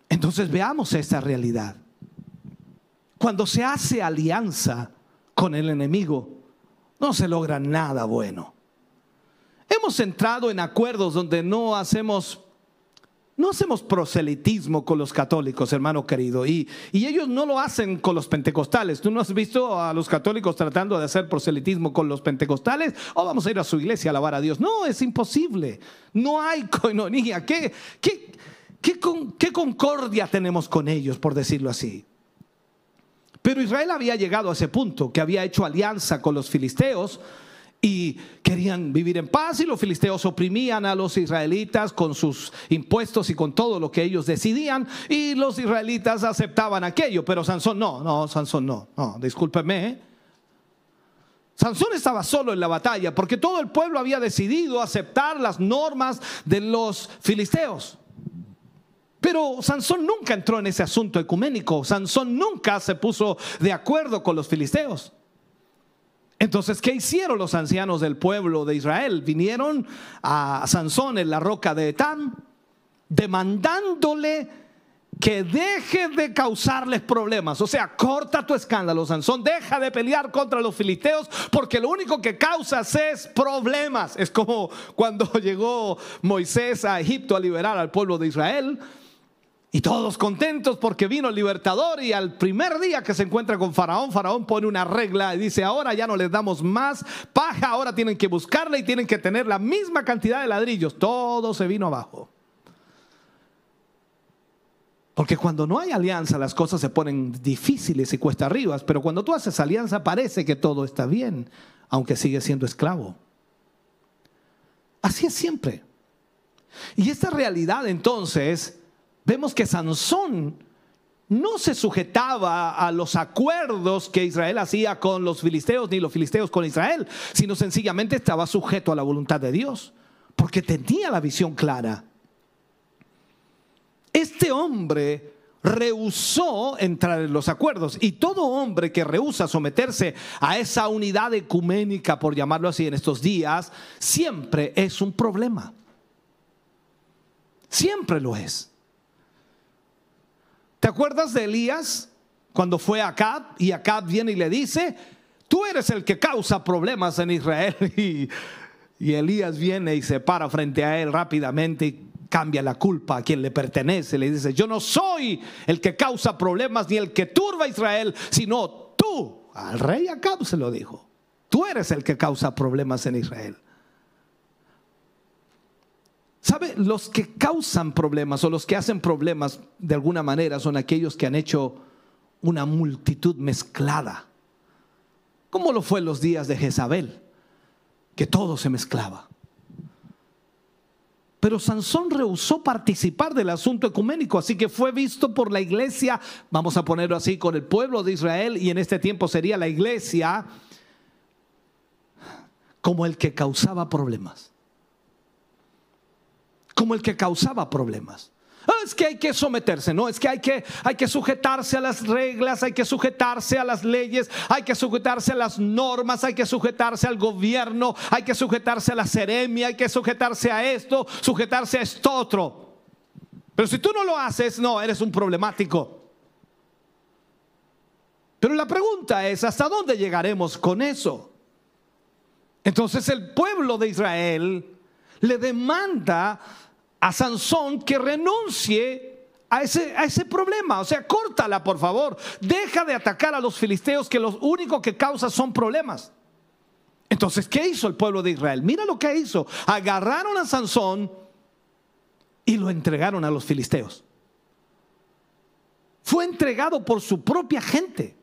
Speaker 2: Entonces veamos esta realidad. Cuando se hace alianza con el enemigo, no se logra nada bueno. Hemos entrado en acuerdos donde no hacemos, no hacemos proselitismo con los católicos, hermano querido, y, y ellos no lo hacen con los pentecostales. ¿Tú no has visto a los católicos tratando de hacer proselitismo con los pentecostales? O vamos a ir a su iglesia a alabar a Dios. No, es imposible. No hay coinonía. ¿Qué, qué, qué, con, qué concordia tenemos con ellos, por decirlo así? Pero Israel había llegado a ese punto, que había hecho alianza con los filisteos y querían vivir en paz, y los filisteos oprimían a los israelitas con sus impuestos y con todo lo que ellos decidían, y los israelitas aceptaban aquello. Pero Sansón no, no, Sansón no, no, discúlpeme, ¿eh? Sansón estaba solo en la batalla porque todo el pueblo había decidido aceptar las normas de los filisteos. Pero Sansón nunca entró en ese asunto ecuménico. Sansón nunca se puso de acuerdo con los filisteos. Entonces, ¿qué hicieron los ancianos del pueblo de Israel? Vinieron a Sansón en la roca de Etam, demandándole que deje de causarles problemas. O sea, corta tu escándalo, Sansón, deja de pelear contra los filisteos, porque lo único que causas es problemas. Es como cuando llegó Moisés a Egipto a liberar al pueblo de Israel, y todos contentos porque vino el libertador, y al primer día que se encuentra con Faraón, Faraón pone una regla y dice: ahora ya no les damos más paja, ahora tienen que buscarla y tienen que tener la misma cantidad de ladrillos. Todo se vino abajo. Porque cuando no hay alianza las cosas se ponen difíciles y cuesta arriba, pero cuando tú haces alianza parece que todo está bien, aunque sigues siendo esclavo. Así es siempre. Y esta realidad, entonces, vemos que Sansón no se sujetaba a los acuerdos que Israel hacía con los filisteos, ni los filisteos con Israel, sino sencillamente estaba sujeto a la voluntad de Dios, porque tenía la visión clara. Este hombre rehusó entrar en los acuerdos, y todo hombre que rehúsa someterse a esa unidad ecuménica, por llamarlo así, en estos días, siempre es un problema. Siempre lo es. ¿Te acuerdas de Elías cuando fue a Acab, y Acab viene y le dice: tú eres el que causa problemas en Israel? Y, y Elías viene y se para frente a él rápidamente y cambia la culpa a quien le pertenece. Le dice: yo no soy el que causa problemas ni el que turba a Israel, sino tú. Al rey Acab se lo dijo: tú eres el que causa problemas en Israel. ¿Sabe? Los que causan problemas o los que hacen problemas de alguna manera son aquellos que han hecho una multitud mezclada, como lo fue en los días de Jezabel, que todo se mezclaba. Pero Sansón rehusó participar del asunto ecuménico, así que fue visto por la iglesia, vamos a ponerlo así, con el pueblo de Israel, y en este tiempo sería la iglesia, como el que causaba problemas. Como el que causaba problemas. Es que hay que someterse, no, es que hay que, hay que sujetarse a las reglas, hay que sujetarse a las leyes, hay que sujetarse a las normas, hay que sujetarse al gobierno, hay que sujetarse a la seremia, hay que sujetarse a esto, sujetarse a esto otro. Pero si tú no lo haces, no, eres un problemático. Pero la pregunta es: ¿hasta dónde llegaremos con eso? Entonces el pueblo de Israel le demanda a Sansón que renuncie a ese, a ese problema. O sea, córtala, por favor. Deja de atacar a los filisteos, que lo único que causa son problemas. Entonces, ¿qué hizo el pueblo de Israel? Mira lo que hizo. Agarraron a Sansón y lo entregaron a los filisteos. Fue entregado por su propia gente.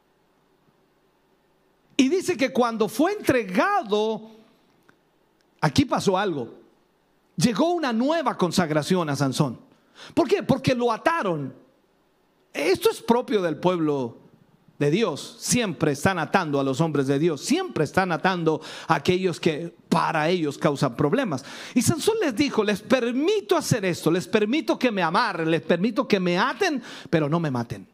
Speaker 2: Y dice que cuando fue entregado, aquí pasó algo. Llegó una nueva consagración a Sansón. ¿Por qué? Porque lo ataron. Esto es propio del pueblo de Dios. Siempre están atando a los hombres de Dios. Siempre están atando a aquellos que para ellos causan problemas. Y Sansón les dijo: les permito hacer esto, les permito que me amarren, les permito que me aten, pero no me maten.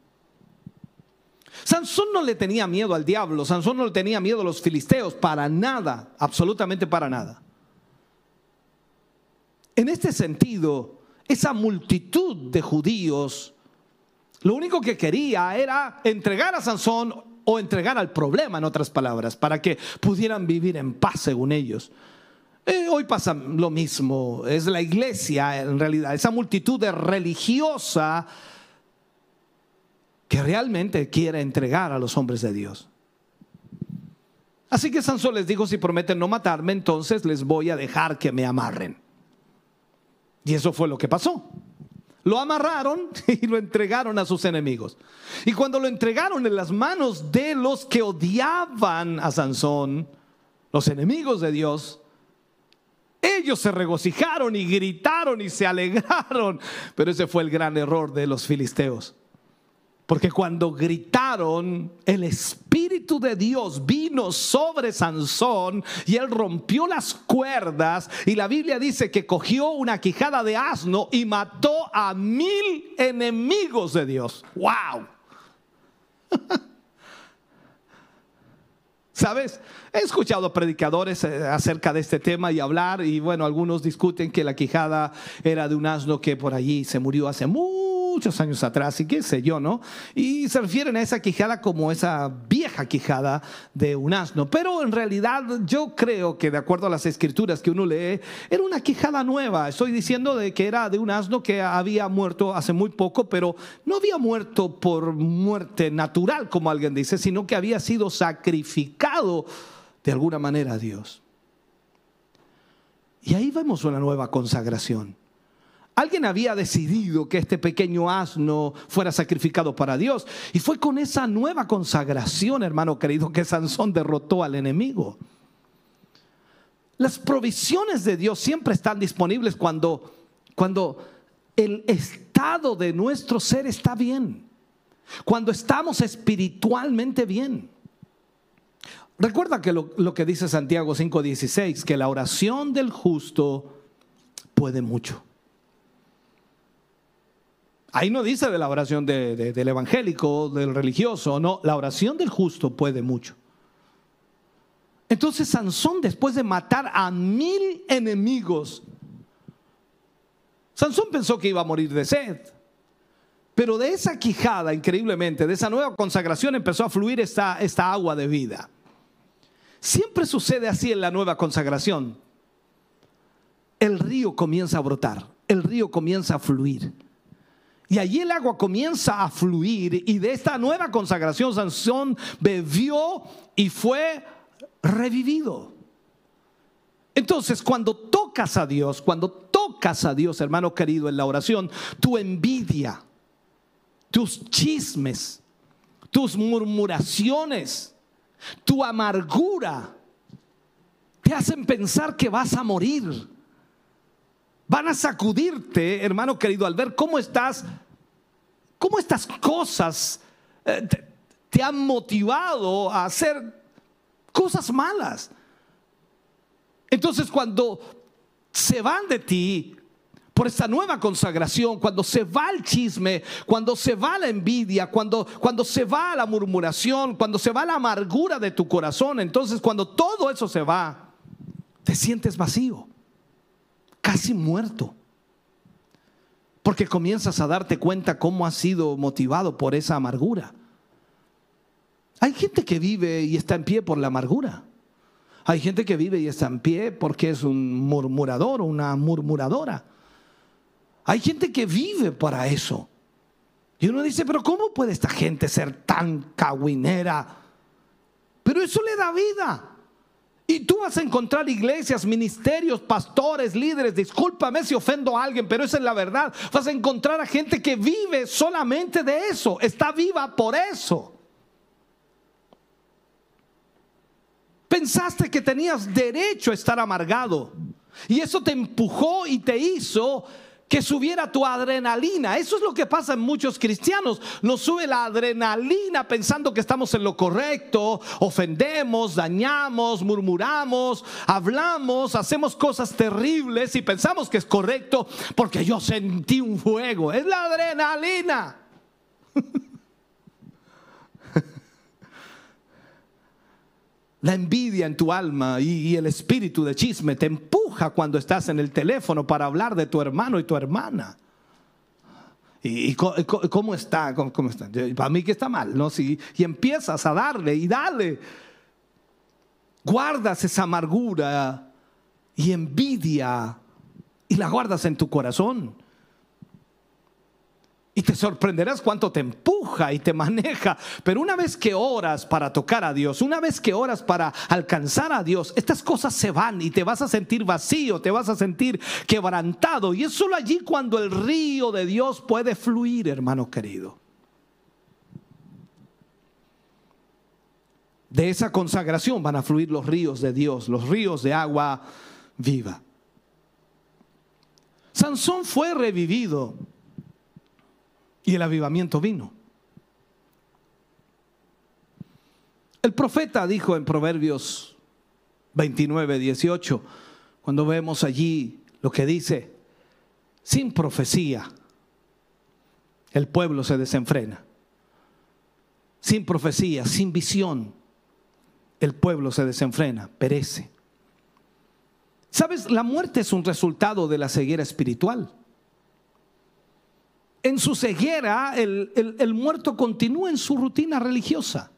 Speaker 2: Sansón no le tenía miedo al diablo. Sansón no le tenía miedo a los filisteos. Para nada, absolutamente para nada. En este sentido, esa multitud de judíos lo único que quería era entregar a Sansón o entregar al problema, en otras palabras, para que pudieran vivir en paz según ellos. Eh, hoy pasa lo mismo, es la iglesia en realidad, esa multitud de religiosa que realmente quiere entregar a los hombres de Dios. Así que Sansón les dijo: si prometen no matarme, entonces les voy a dejar que me amarren. Y eso fue lo que pasó. Lo amarraron y lo entregaron a sus enemigos. Y cuando lo entregaron en las manos de los que odiaban a Sansón, los enemigos de Dios, ellos se regocijaron y gritaron y se alegraron. Pero ese fue el gran error de los filisteos. Porque cuando gritaron, el Espíritu de Dios vino sobre Sansón y él rompió las cuerdas. Y la Biblia dice que cogió una quijada de asno y mató a mil enemigos de Dios. ¡Wow! ¿Sabes? He escuchado predicadores acerca de este tema y hablar, y bueno, algunos discuten que la quijada era de un asno que por allí se murió hace muchos años atrás y qué sé yo, ¿no? Y se refieren a esa quijada como esa vieja quijada de un asno, pero en realidad yo creo que de acuerdo a las escrituras que uno lee, era una quijada nueva. Estoy diciendo de que era de un asno que había muerto hace muy poco, pero no había muerto por muerte natural, como alguien dice, sino que había sido sacrificado de alguna manera a Dios. Y ahí vemos una nueva consagración. Alguien había decidido que este pequeño asno fuera sacrificado para Dios, y fue con esa nueva consagración, hermano querido, que Sansón derrotó al enemigo. Las provisiones de Dios siempre están disponibles cuando, cuando el estado de nuestro ser está bien, cuando estamos espiritualmente bien. Recuerda que lo, lo que dice Santiago cinco dieciséis, que la oración del justo puede mucho. Ahí no dice de la oración de, de, del evangélico, del religioso, no, la oración del justo puede mucho. Entonces Sansón, después de matar a mil enemigos, Sansón pensó que iba a morir de sed. Pero de esa quijada, increíblemente, de esa nueva consagración empezó a fluir esta, esta agua de vida. Siempre sucede así en la nueva consagración. El río comienza a brotar, el río comienza a fluir. Y allí el agua comienza a fluir, y de esta nueva consagración Sansón bebió y fue revivido. Entonces, cuando tocas a Dios, cuando tocas a Dios, hermano querido, en la oración, tu envidia, tus chismes, tus murmuraciones, tu amargura te hacen pensar que vas a morir. Van a sacudirte, hermano querido, al ver cómo estás, cómo estas cosas eh, te, te han motivado a hacer cosas malas. Entonces, cuando se van de ti por esta nueva consagración, cuando se va el chisme, cuando se va la envidia, cuando, cuando se va la murmuración, cuando se va la amargura de tu corazón, entonces cuando todo eso se va, te sientes vacío, casi muerto, porque comienzas a darte cuenta cómo has sido motivado por esa amargura. Hay gente que vive y está en pie por la amargura. Hay gente que vive y está en pie porque es un murmurador o una murmuradora. Hay gente que vive para eso. Y uno dice, pero ¿cómo puede esta gente ser tan cagüinera? Pero eso le da vida. Y tú vas a encontrar iglesias, ministerios, pastores, líderes, discúlpame si ofendo a alguien, pero esa es la verdad. Vas a encontrar a gente que vive solamente de eso, está viva por eso. Pensaste que tenías derecho a estar amargado, y eso te empujó y te hizo que subiera tu adrenalina. Eso es lo que pasa en muchos cristianos. Nos sube la adrenalina pensando que estamos en lo correcto. Ofendemos, dañamos, murmuramos, hablamos, hacemos cosas terribles y pensamos que es correcto porque yo sentí un fuego. Es la adrenalina. La envidia en tu alma y, y el espíritu de chisme te empuja cuando estás en el teléfono para hablar de tu hermano y tu hermana. ¿Y, y cómo está? ¿Cómo, cómo está? Para mí que está mal, ¿no? Si, y empiezas a darle y dale. Guardas esa amargura y envidia y la guardas en tu corazón. Y te sorprenderás cuánto te empuja y te maneja. Pero una vez que oras para tocar a Dios, una vez que oras para alcanzar a Dios, estas cosas se van y te vas a sentir vacío, te vas a sentir quebrantado. Y es solo allí cuando el río de Dios puede fluir, hermano querido. De esa consagración van a fluir los ríos de Dios, los ríos de agua viva. Sansón fue revivido y el avivamiento vino. El profeta dijo en Proverbios veintinueve, dieciocho, cuando vemos allí lo que dice: sin profecía el pueblo se desenfrena. Sin profecía, sin visión, el pueblo se desenfrena, perece. ¿Sabes? La muerte es un resultado de la ceguera espiritual. En su ceguera, el, el, el muerto continúa en su rutina religiosa.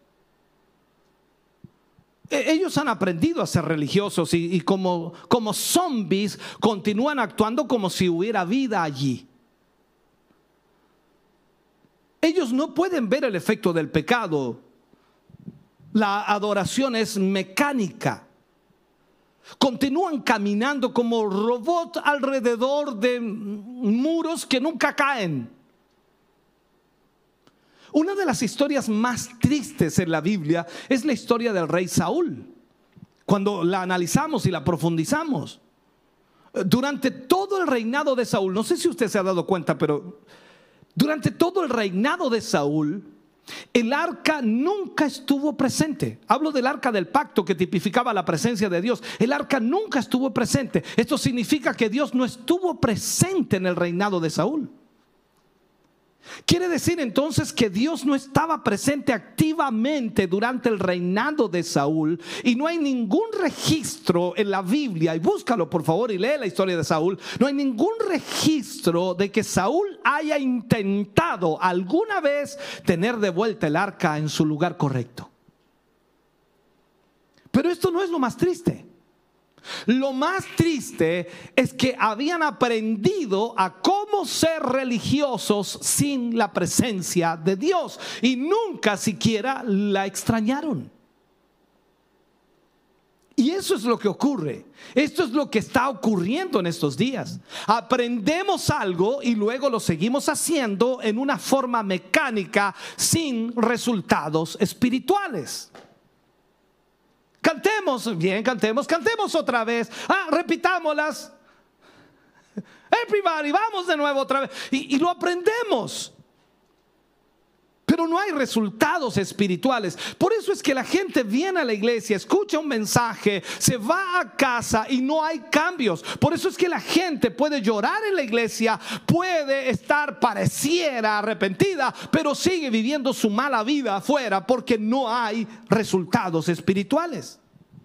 Speaker 2: Ellos han aprendido a ser religiosos y, y como, como zombies continúan actuando como si hubiera vida allí. Ellos no pueden ver el efecto del pecado. La adoración es mecánica. Continúan caminando como robots alrededor de muros que nunca caen. Una de las historias más tristes en la Biblia es la historia del rey Saúl. Cuando la analizamos y la profundizamos, durante todo el reinado de Saúl, no sé si usted se ha dado cuenta, pero durante todo el reinado de Saúl, el arca nunca estuvo presente. Hablo del arca del pacto que tipificaba la presencia de Dios. El arca nunca estuvo presente. Esto significa que Dios no estuvo presente en el reinado de Saúl. Quiere decir entonces que Dios no estaba presente activamente durante el reinado de Saúl, y no hay ningún registro en la Biblia, y búscalo por favor y lee la historia de Saúl. No hay ningún registro de que Saúl haya intentado alguna vez tener de vuelta el arca en su lugar correcto. Pero esto no es lo más triste. Lo más triste es que habían aprendido a cómo ser religiosos sin la presencia de Dios y nunca siquiera la extrañaron. Y eso es lo que ocurre. Esto es lo que está ocurriendo en estos días. Aprendemos algo y luego lo seguimos haciendo en una forma mecánica sin resultados espirituales. Cantemos, bien, cantemos, cantemos otra vez. Ah, repitámoslas. Everybody, vamos de nuevo otra vez. Y, y lo aprendemos. Pero no hay resultados espirituales. Por eso es que la gente viene a la iglesia, escucha un mensaje, se va a casa y no hay cambios. Por eso es que la gente puede llorar en la iglesia, puede estar pareciera arrepentida, pero sigue viviendo su mala vida afuera porque no hay resultados espirituales.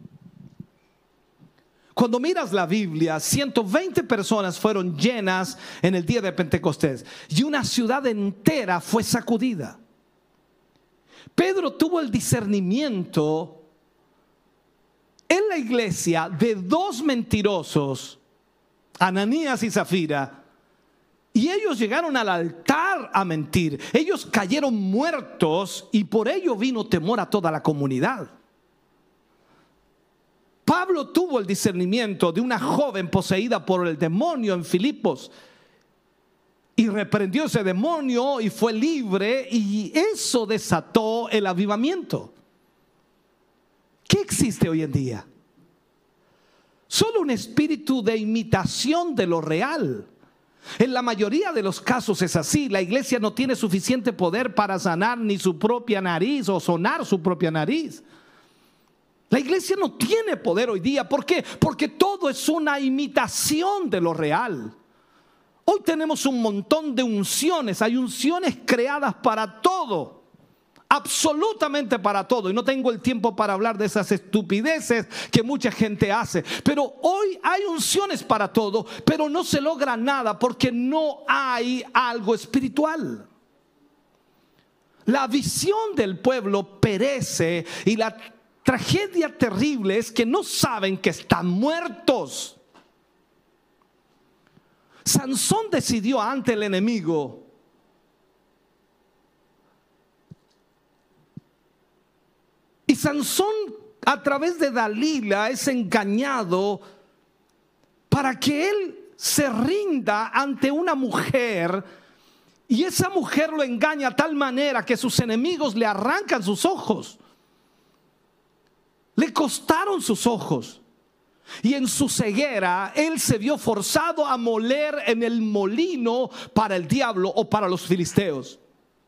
Speaker 2: Cuando miras la Biblia, ciento veinte personas fueron llenas en el día de Pentecostés y una ciudad entera fue sacudida. Pedro tuvo el discernimiento en la iglesia de dos mentirosos, Ananías y Zafira, y ellos llegaron al altar a mentir. Ellos cayeron muertos y por ello vino temor a toda la comunidad. Pablo tuvo el discernimiento de una joven poseída por el demonio en Filipos y reprendió ese demonio y fue libre, y eso desató el avivamiento. ¿Qué existe hoy en día? Solo un espíritu de imitación de lo real. En la mayoría de los casos es así. La iglesia no tiene suficiente poder para sanar ni su propia nariz o sonar su propia nariz. La iglesia no tiene poder hoy día. ¿Por qué? Porque todo es una imitación de lo real. Hoy tenemos un montón de unciones. Hay unciones creadas para todo. absolutamente para todo. Y no tengo el tiempo para hablar de esas estupideces que mucha gente hace. Pero hoy hay unciones para todo, pero no se logra nada porque no hay algo espiritual. La visión del pueblo perece y la tragedia terrible es que no saben que están muertos. Sansón decidió ante el enemigo y Sansón a través de Dalila es engañado para que él se rinda ante una mujer, y esa mujer lo engaña a tal manera que sus enemigos le arrancan sus ojos. Le costaron sus ojos. Y en su ceguera, él se vio forzado a moler en el molino para el diablo o para los filisteos.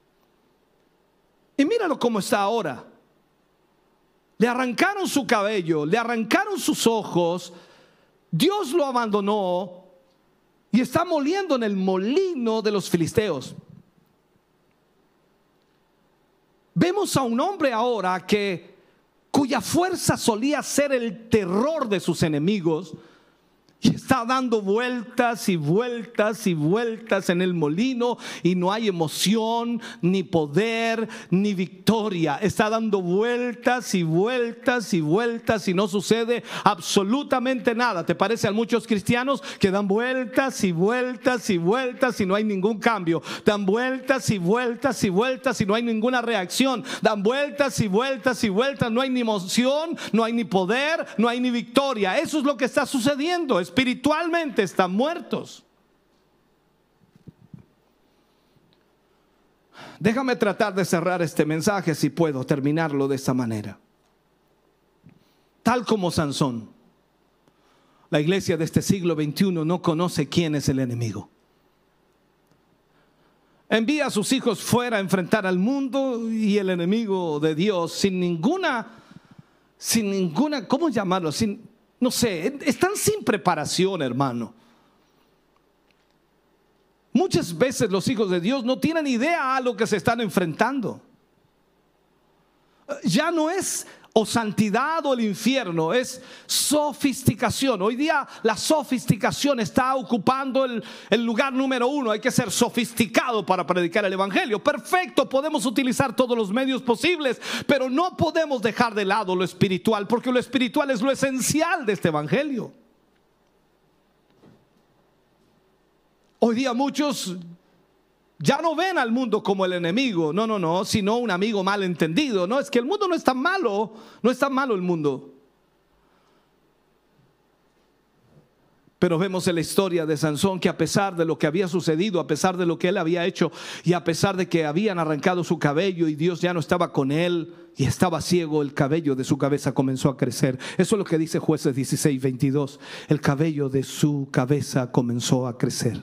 Speaker 2: Y míralo cómo está ahora. Le arrancaron su cabello, le arrancaron sus ojos. Dios lo abandonó y está moliendo en el molino de los filisteos. Vemos a un hombre ahora que cuya fuerza solía ser el terror de sus enemigos, y está dando vueltas y vueltas y vueltas en el molino y no hay emoción, ni poder, ni victoria. Está dando vueltas y vueltas y vueltas y no sucede absolutamente nada. ¿Te parece a muchos cristianos que dan vueltas y vueltas y vueltas y no hay ningún cambio? Dan vueltas y vueltas y vueltas y no hay ninguna reacción. Dan vueltas y vueltas y vueltas, no hay ni emoción, no hay ni poder, no hay ni victoria. Eso es lo que está sucediendo. Espiritualmente están muertos. Déjame tratar de cerrar este mensaje, si puedo terminarlo de esta manera. Tal como Sansón, la iglesia de este siglo veintiuno no conoce quién es el enemigo. Envía a sus hijos fuera a enfrentar al mundo y el enemigo de Dios sin ninguna, sin ninguna, ¿cómo llamarlo? Sin No sé, están sin preparación, hermano. Muchas veces los hijos de Dios no tienen idea a lo que se están enfrentando. Ya no es o santidad o el infierno, es sofisticación. Hoy día la sofisticación está ocupando el, el lugar número uno. Hay que ser sofisticado para predicar el evangelio. Perfecto, podemos utilizar todos los medios posibles, pero no podemos dejar de lado lo espiritual, porque lo espiritual es lo esencial de este evangelio. Hoy día muchos ya no ven al mundo como el enemigo, no, no, no, sino un amigo mal entendido. No, es que el mundo no es tan malo, no es tan malo el mundo. Pero vemos en la historia de Sansón que a pesar de lo que había sucedido, a pesar de lo que él había hecho y a pesar de que habían arrancado su cabello y Dios ya no estaba con él y estaba ciego, el cabello de su cabeza comenzó a crecer. Eso es lo que dice Jueces dieciséis, veintidós. El cabello de su cabeza comenzó a crecer.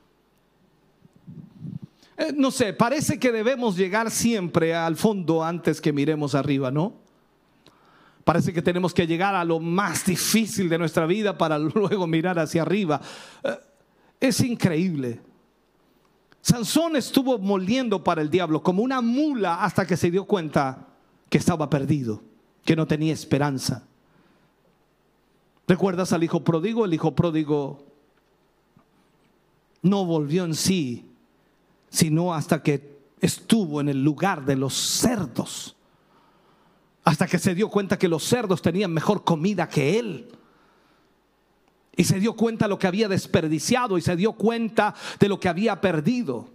Speaker 2: Eh, no sé, parece que debemos llegar siempre al fondo antes que miremos arriba, ¿no? Parece que tenemos que llegar a lo más difícil de nuestra vida para luego mirar hacia arriba. Eh, es increíble. Sansón estuvo moliendo para el diablo como una mula hasta que se dio cuenta que estaba perdido, que no tenía esperanza. ¿Recuerdas al hijo pródigo? El hijo pródigo no volvió en sí, sino hasta que estuvo en el lugar de los cerdos, hasta que se dio cuenta que los cerdos tenían mejor comida que él, y se dio cuenta de lo que había desperdiciado y se dio cuenta de lo que había perdido.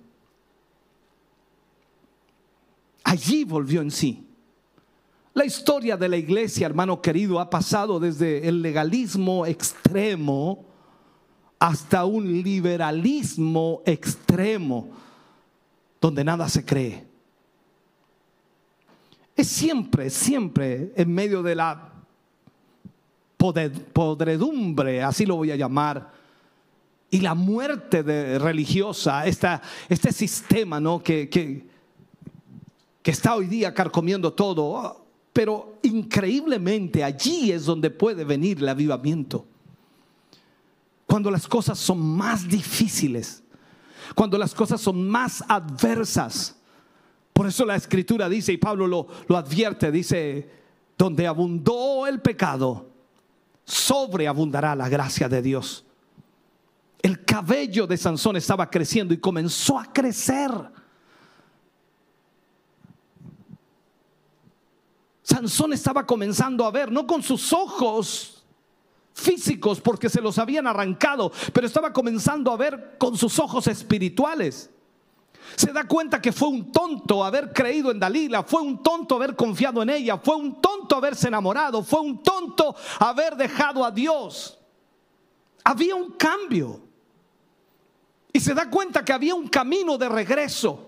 Speaker 2: Allí volvió en sí. La historia de la iglesia, hermano querido, ha pasado desde el legalismo extremo hasta un liberalismo extremo, donde nada se cree. Es siempre, siempre en medio de la podredumbre, así lo voy a llamar, y la muerte de religiosa, esta, este sistema, ¿no? que, que, que está hoy día carcomiendo todo. Pero increíblemente allí es donde puede venir el avivamiento. Cuando las cosas son más difíciles, cuando las cosas son más adversas, Por eso la Escritura dice, y Pablo lo, lo advierte, dice, donde abundó el pecado, sobreabundará la gracia de Dios. El cabello de Sansón estaba creciendo y comenzó a crecer. Sansón estaba comenzando a ver, no con sus ojos físicos porque se los habían arrancado, pero estaba comenzando a ver con sus ojos espirituales. Se da cuenta que fue un tonto haber creído en Dalila, fue un tonto haber confiado en ella, fue un tonto haberse enamorado, fue un tonto haber dejado a Dios. Había un cambio y se da cuenta que había un camino de regreso.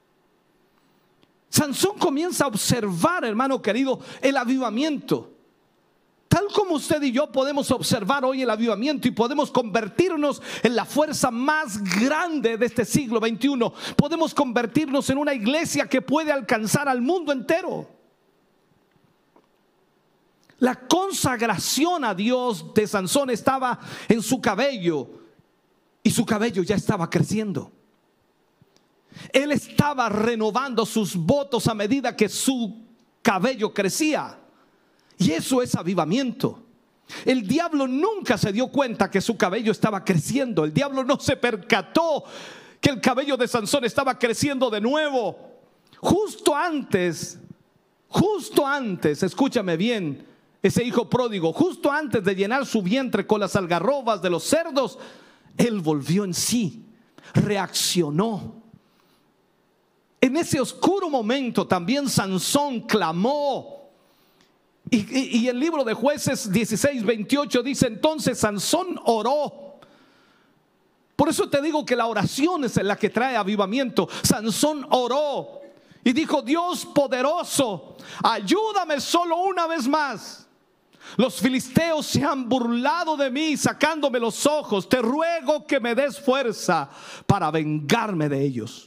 Speaker 2: Sansón comienza a observar, hermano querido, el avivamiento. Tal como usted y yo podemos observar hoy el avivamiento y podemos convertirnos en la fuerza más grande de este siglo veintiuno. Podemos convertirnos en una iglesia que puede alcanzar al mundo entero. La consagración a Dios de Sansón estaba en su cabello y su cabello ya estaba creciendo. Él estaba renovando sus votos a medida que su cabello crecía. Y eso es avivamiento. El diablo nunca se dio cuenta que su cabello estaba creciendo. El diablo no se percató que el cabello de Sansón estaba creciendo de nuevo. Justo antes, justo antes, escúchame bien, ese hijo pródigo, justo antes de llenar su vientre con las algarrobas de los cerdos, él volvió en sí, reaccionó. En ese oscuro momento también Sansón clamó. Y, y, y el libro de Jueces dieciséis veintiocho dice: entonces Sansón oró. Por eso te digo que la oración es la que trae avivamiento. Sansón oró y dijo: Dios poderoso, ayúdame solo una vez más. Los filisteos se han burlado de mí, sacándome los ojos. Te ruego que me des fuerza para vengarme de ellos.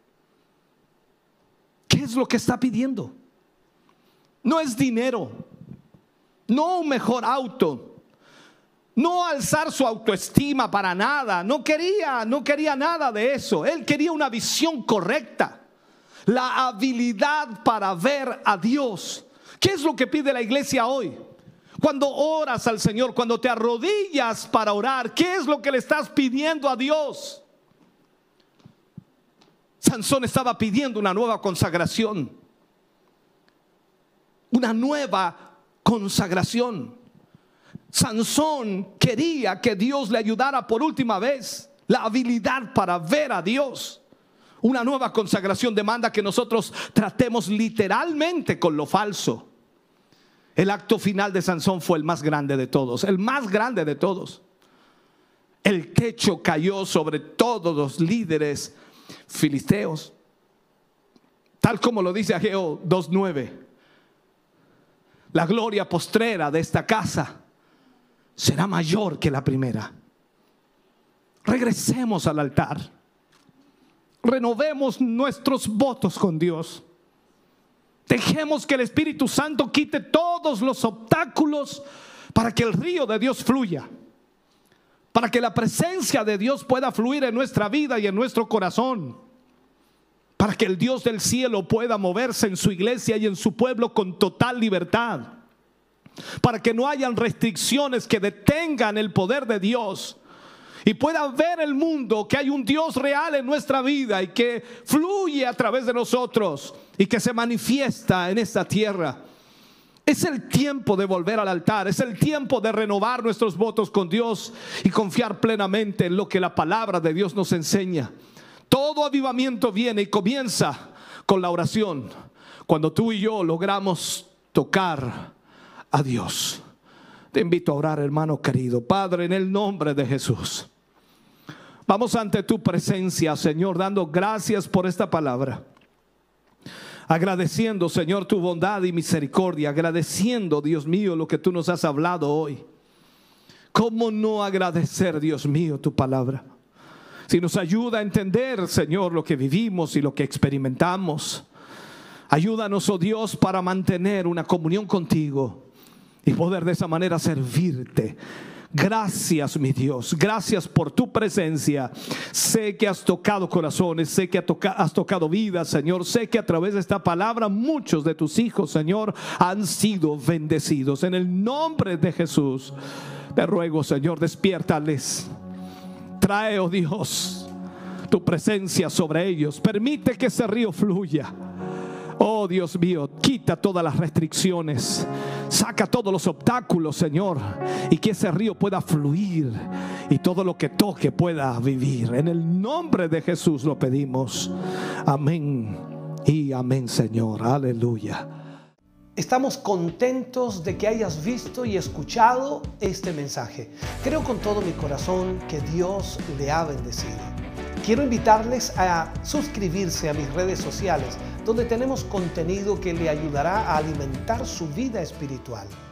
Speaker 2: ¿Qué es lo que está pidiendo? No es dinero, no un mejor auto, no alzar su autoestima para nada. No quería, no quería nada de eso. Él quería una visión correcta, la habilidad para ver a Dios. ¿Qué es lo que pide la iglesia hoy? Cuando oras al Señor, cuando te arrodillas para orar, ¿qué es lo que le estás pidiendo a Dios? Sansón estaba pidiendo una nueva consagración. Una nueva consagración. Sansón quería que Dios le ayudara por última vez, la habilidad para ver a Dios. Una nueva consagración demanda que nosotros tratemos literalmente con lo falso. El acto final de Sansón fue el más grande de todos, el más grande de todos. El techo cayó sobre todos los líderes filisteos, tal como lo dice Ageo dos nueve. La gloria postrera de esta casa será mayor que la primera. Regresemos al altar. Renovemos nuestros votos con Dios. Dejemos que el Espíritu Santo quite todos los obstáculos para que el río de Dios fluya, para que la presencia de Dios pueda fluir en nuestra vida y en nuestro corazón, para que el Dios del cielo pueda moverse en su iglesia y en su pueblo con total libertad, para que no hayan restricciones que detengan el poder de Dios y pueda ver el mundo que hay un Dios real en nuestra vida y que fluye a través de nosotros y que se manifiesta en esta tierra. Es el tiempo de volver al altar, es el tiempo de renovar nuestros votos con Dios y confiar plenamente en lo que la palabra de Dios nos enseña. Todo avivamiento viene y comienza con la oración, cuando tú y yo logramos tocar a Dios. Te invito a orar, hermano querido. Padre, en el nombre de Jesús, vamos ante tu presencia, Señor, dando gracias por esta palabra. Agradeciendo, Señor, tu bondad y misericordia. Agradeciendo, Dios mío, lo que tú nos has hablado hoy. ¿Cómo no agradecer, Dios mío, tu palabra? Si nos ayuda a entender, Señor, lo que vivimos y lo que experimentamos. Ayúdanos, oh Dios, para mantener una comunión contigo y poder de esa manera servirte Gracias, mi Dios. Gracias por tu presencia. Sé que has tocado corazones, sé que has tocado vidas, Señor. Sé que a través de esta palabra muchos de tus hijos, Señor, han sido bendecidos. En el nombre de Jesús, te ruego, Señor, despiértales. Trae, oh Dios, tu presencia sobre ellos. Permite que ese río fluya. Oh Dios mío, quita todas las restricciones, saca todos los obstáculos, Señor, y que ese río pueda fluir y todo lo que toque pueda vivir. En el nombre de Jesús lo pedimos. Amén y amén, Señor. Aleluya.
Speaker 1: Estamos contentos de que hayas visto y escuchado este mensaje. Creo con todo mi corazón que Dios le ha bendecido. Quiero invitarles a suscribirse a mis redes sociales, donde tenemos contenido que le ayudará a alimentar su vida espiritual.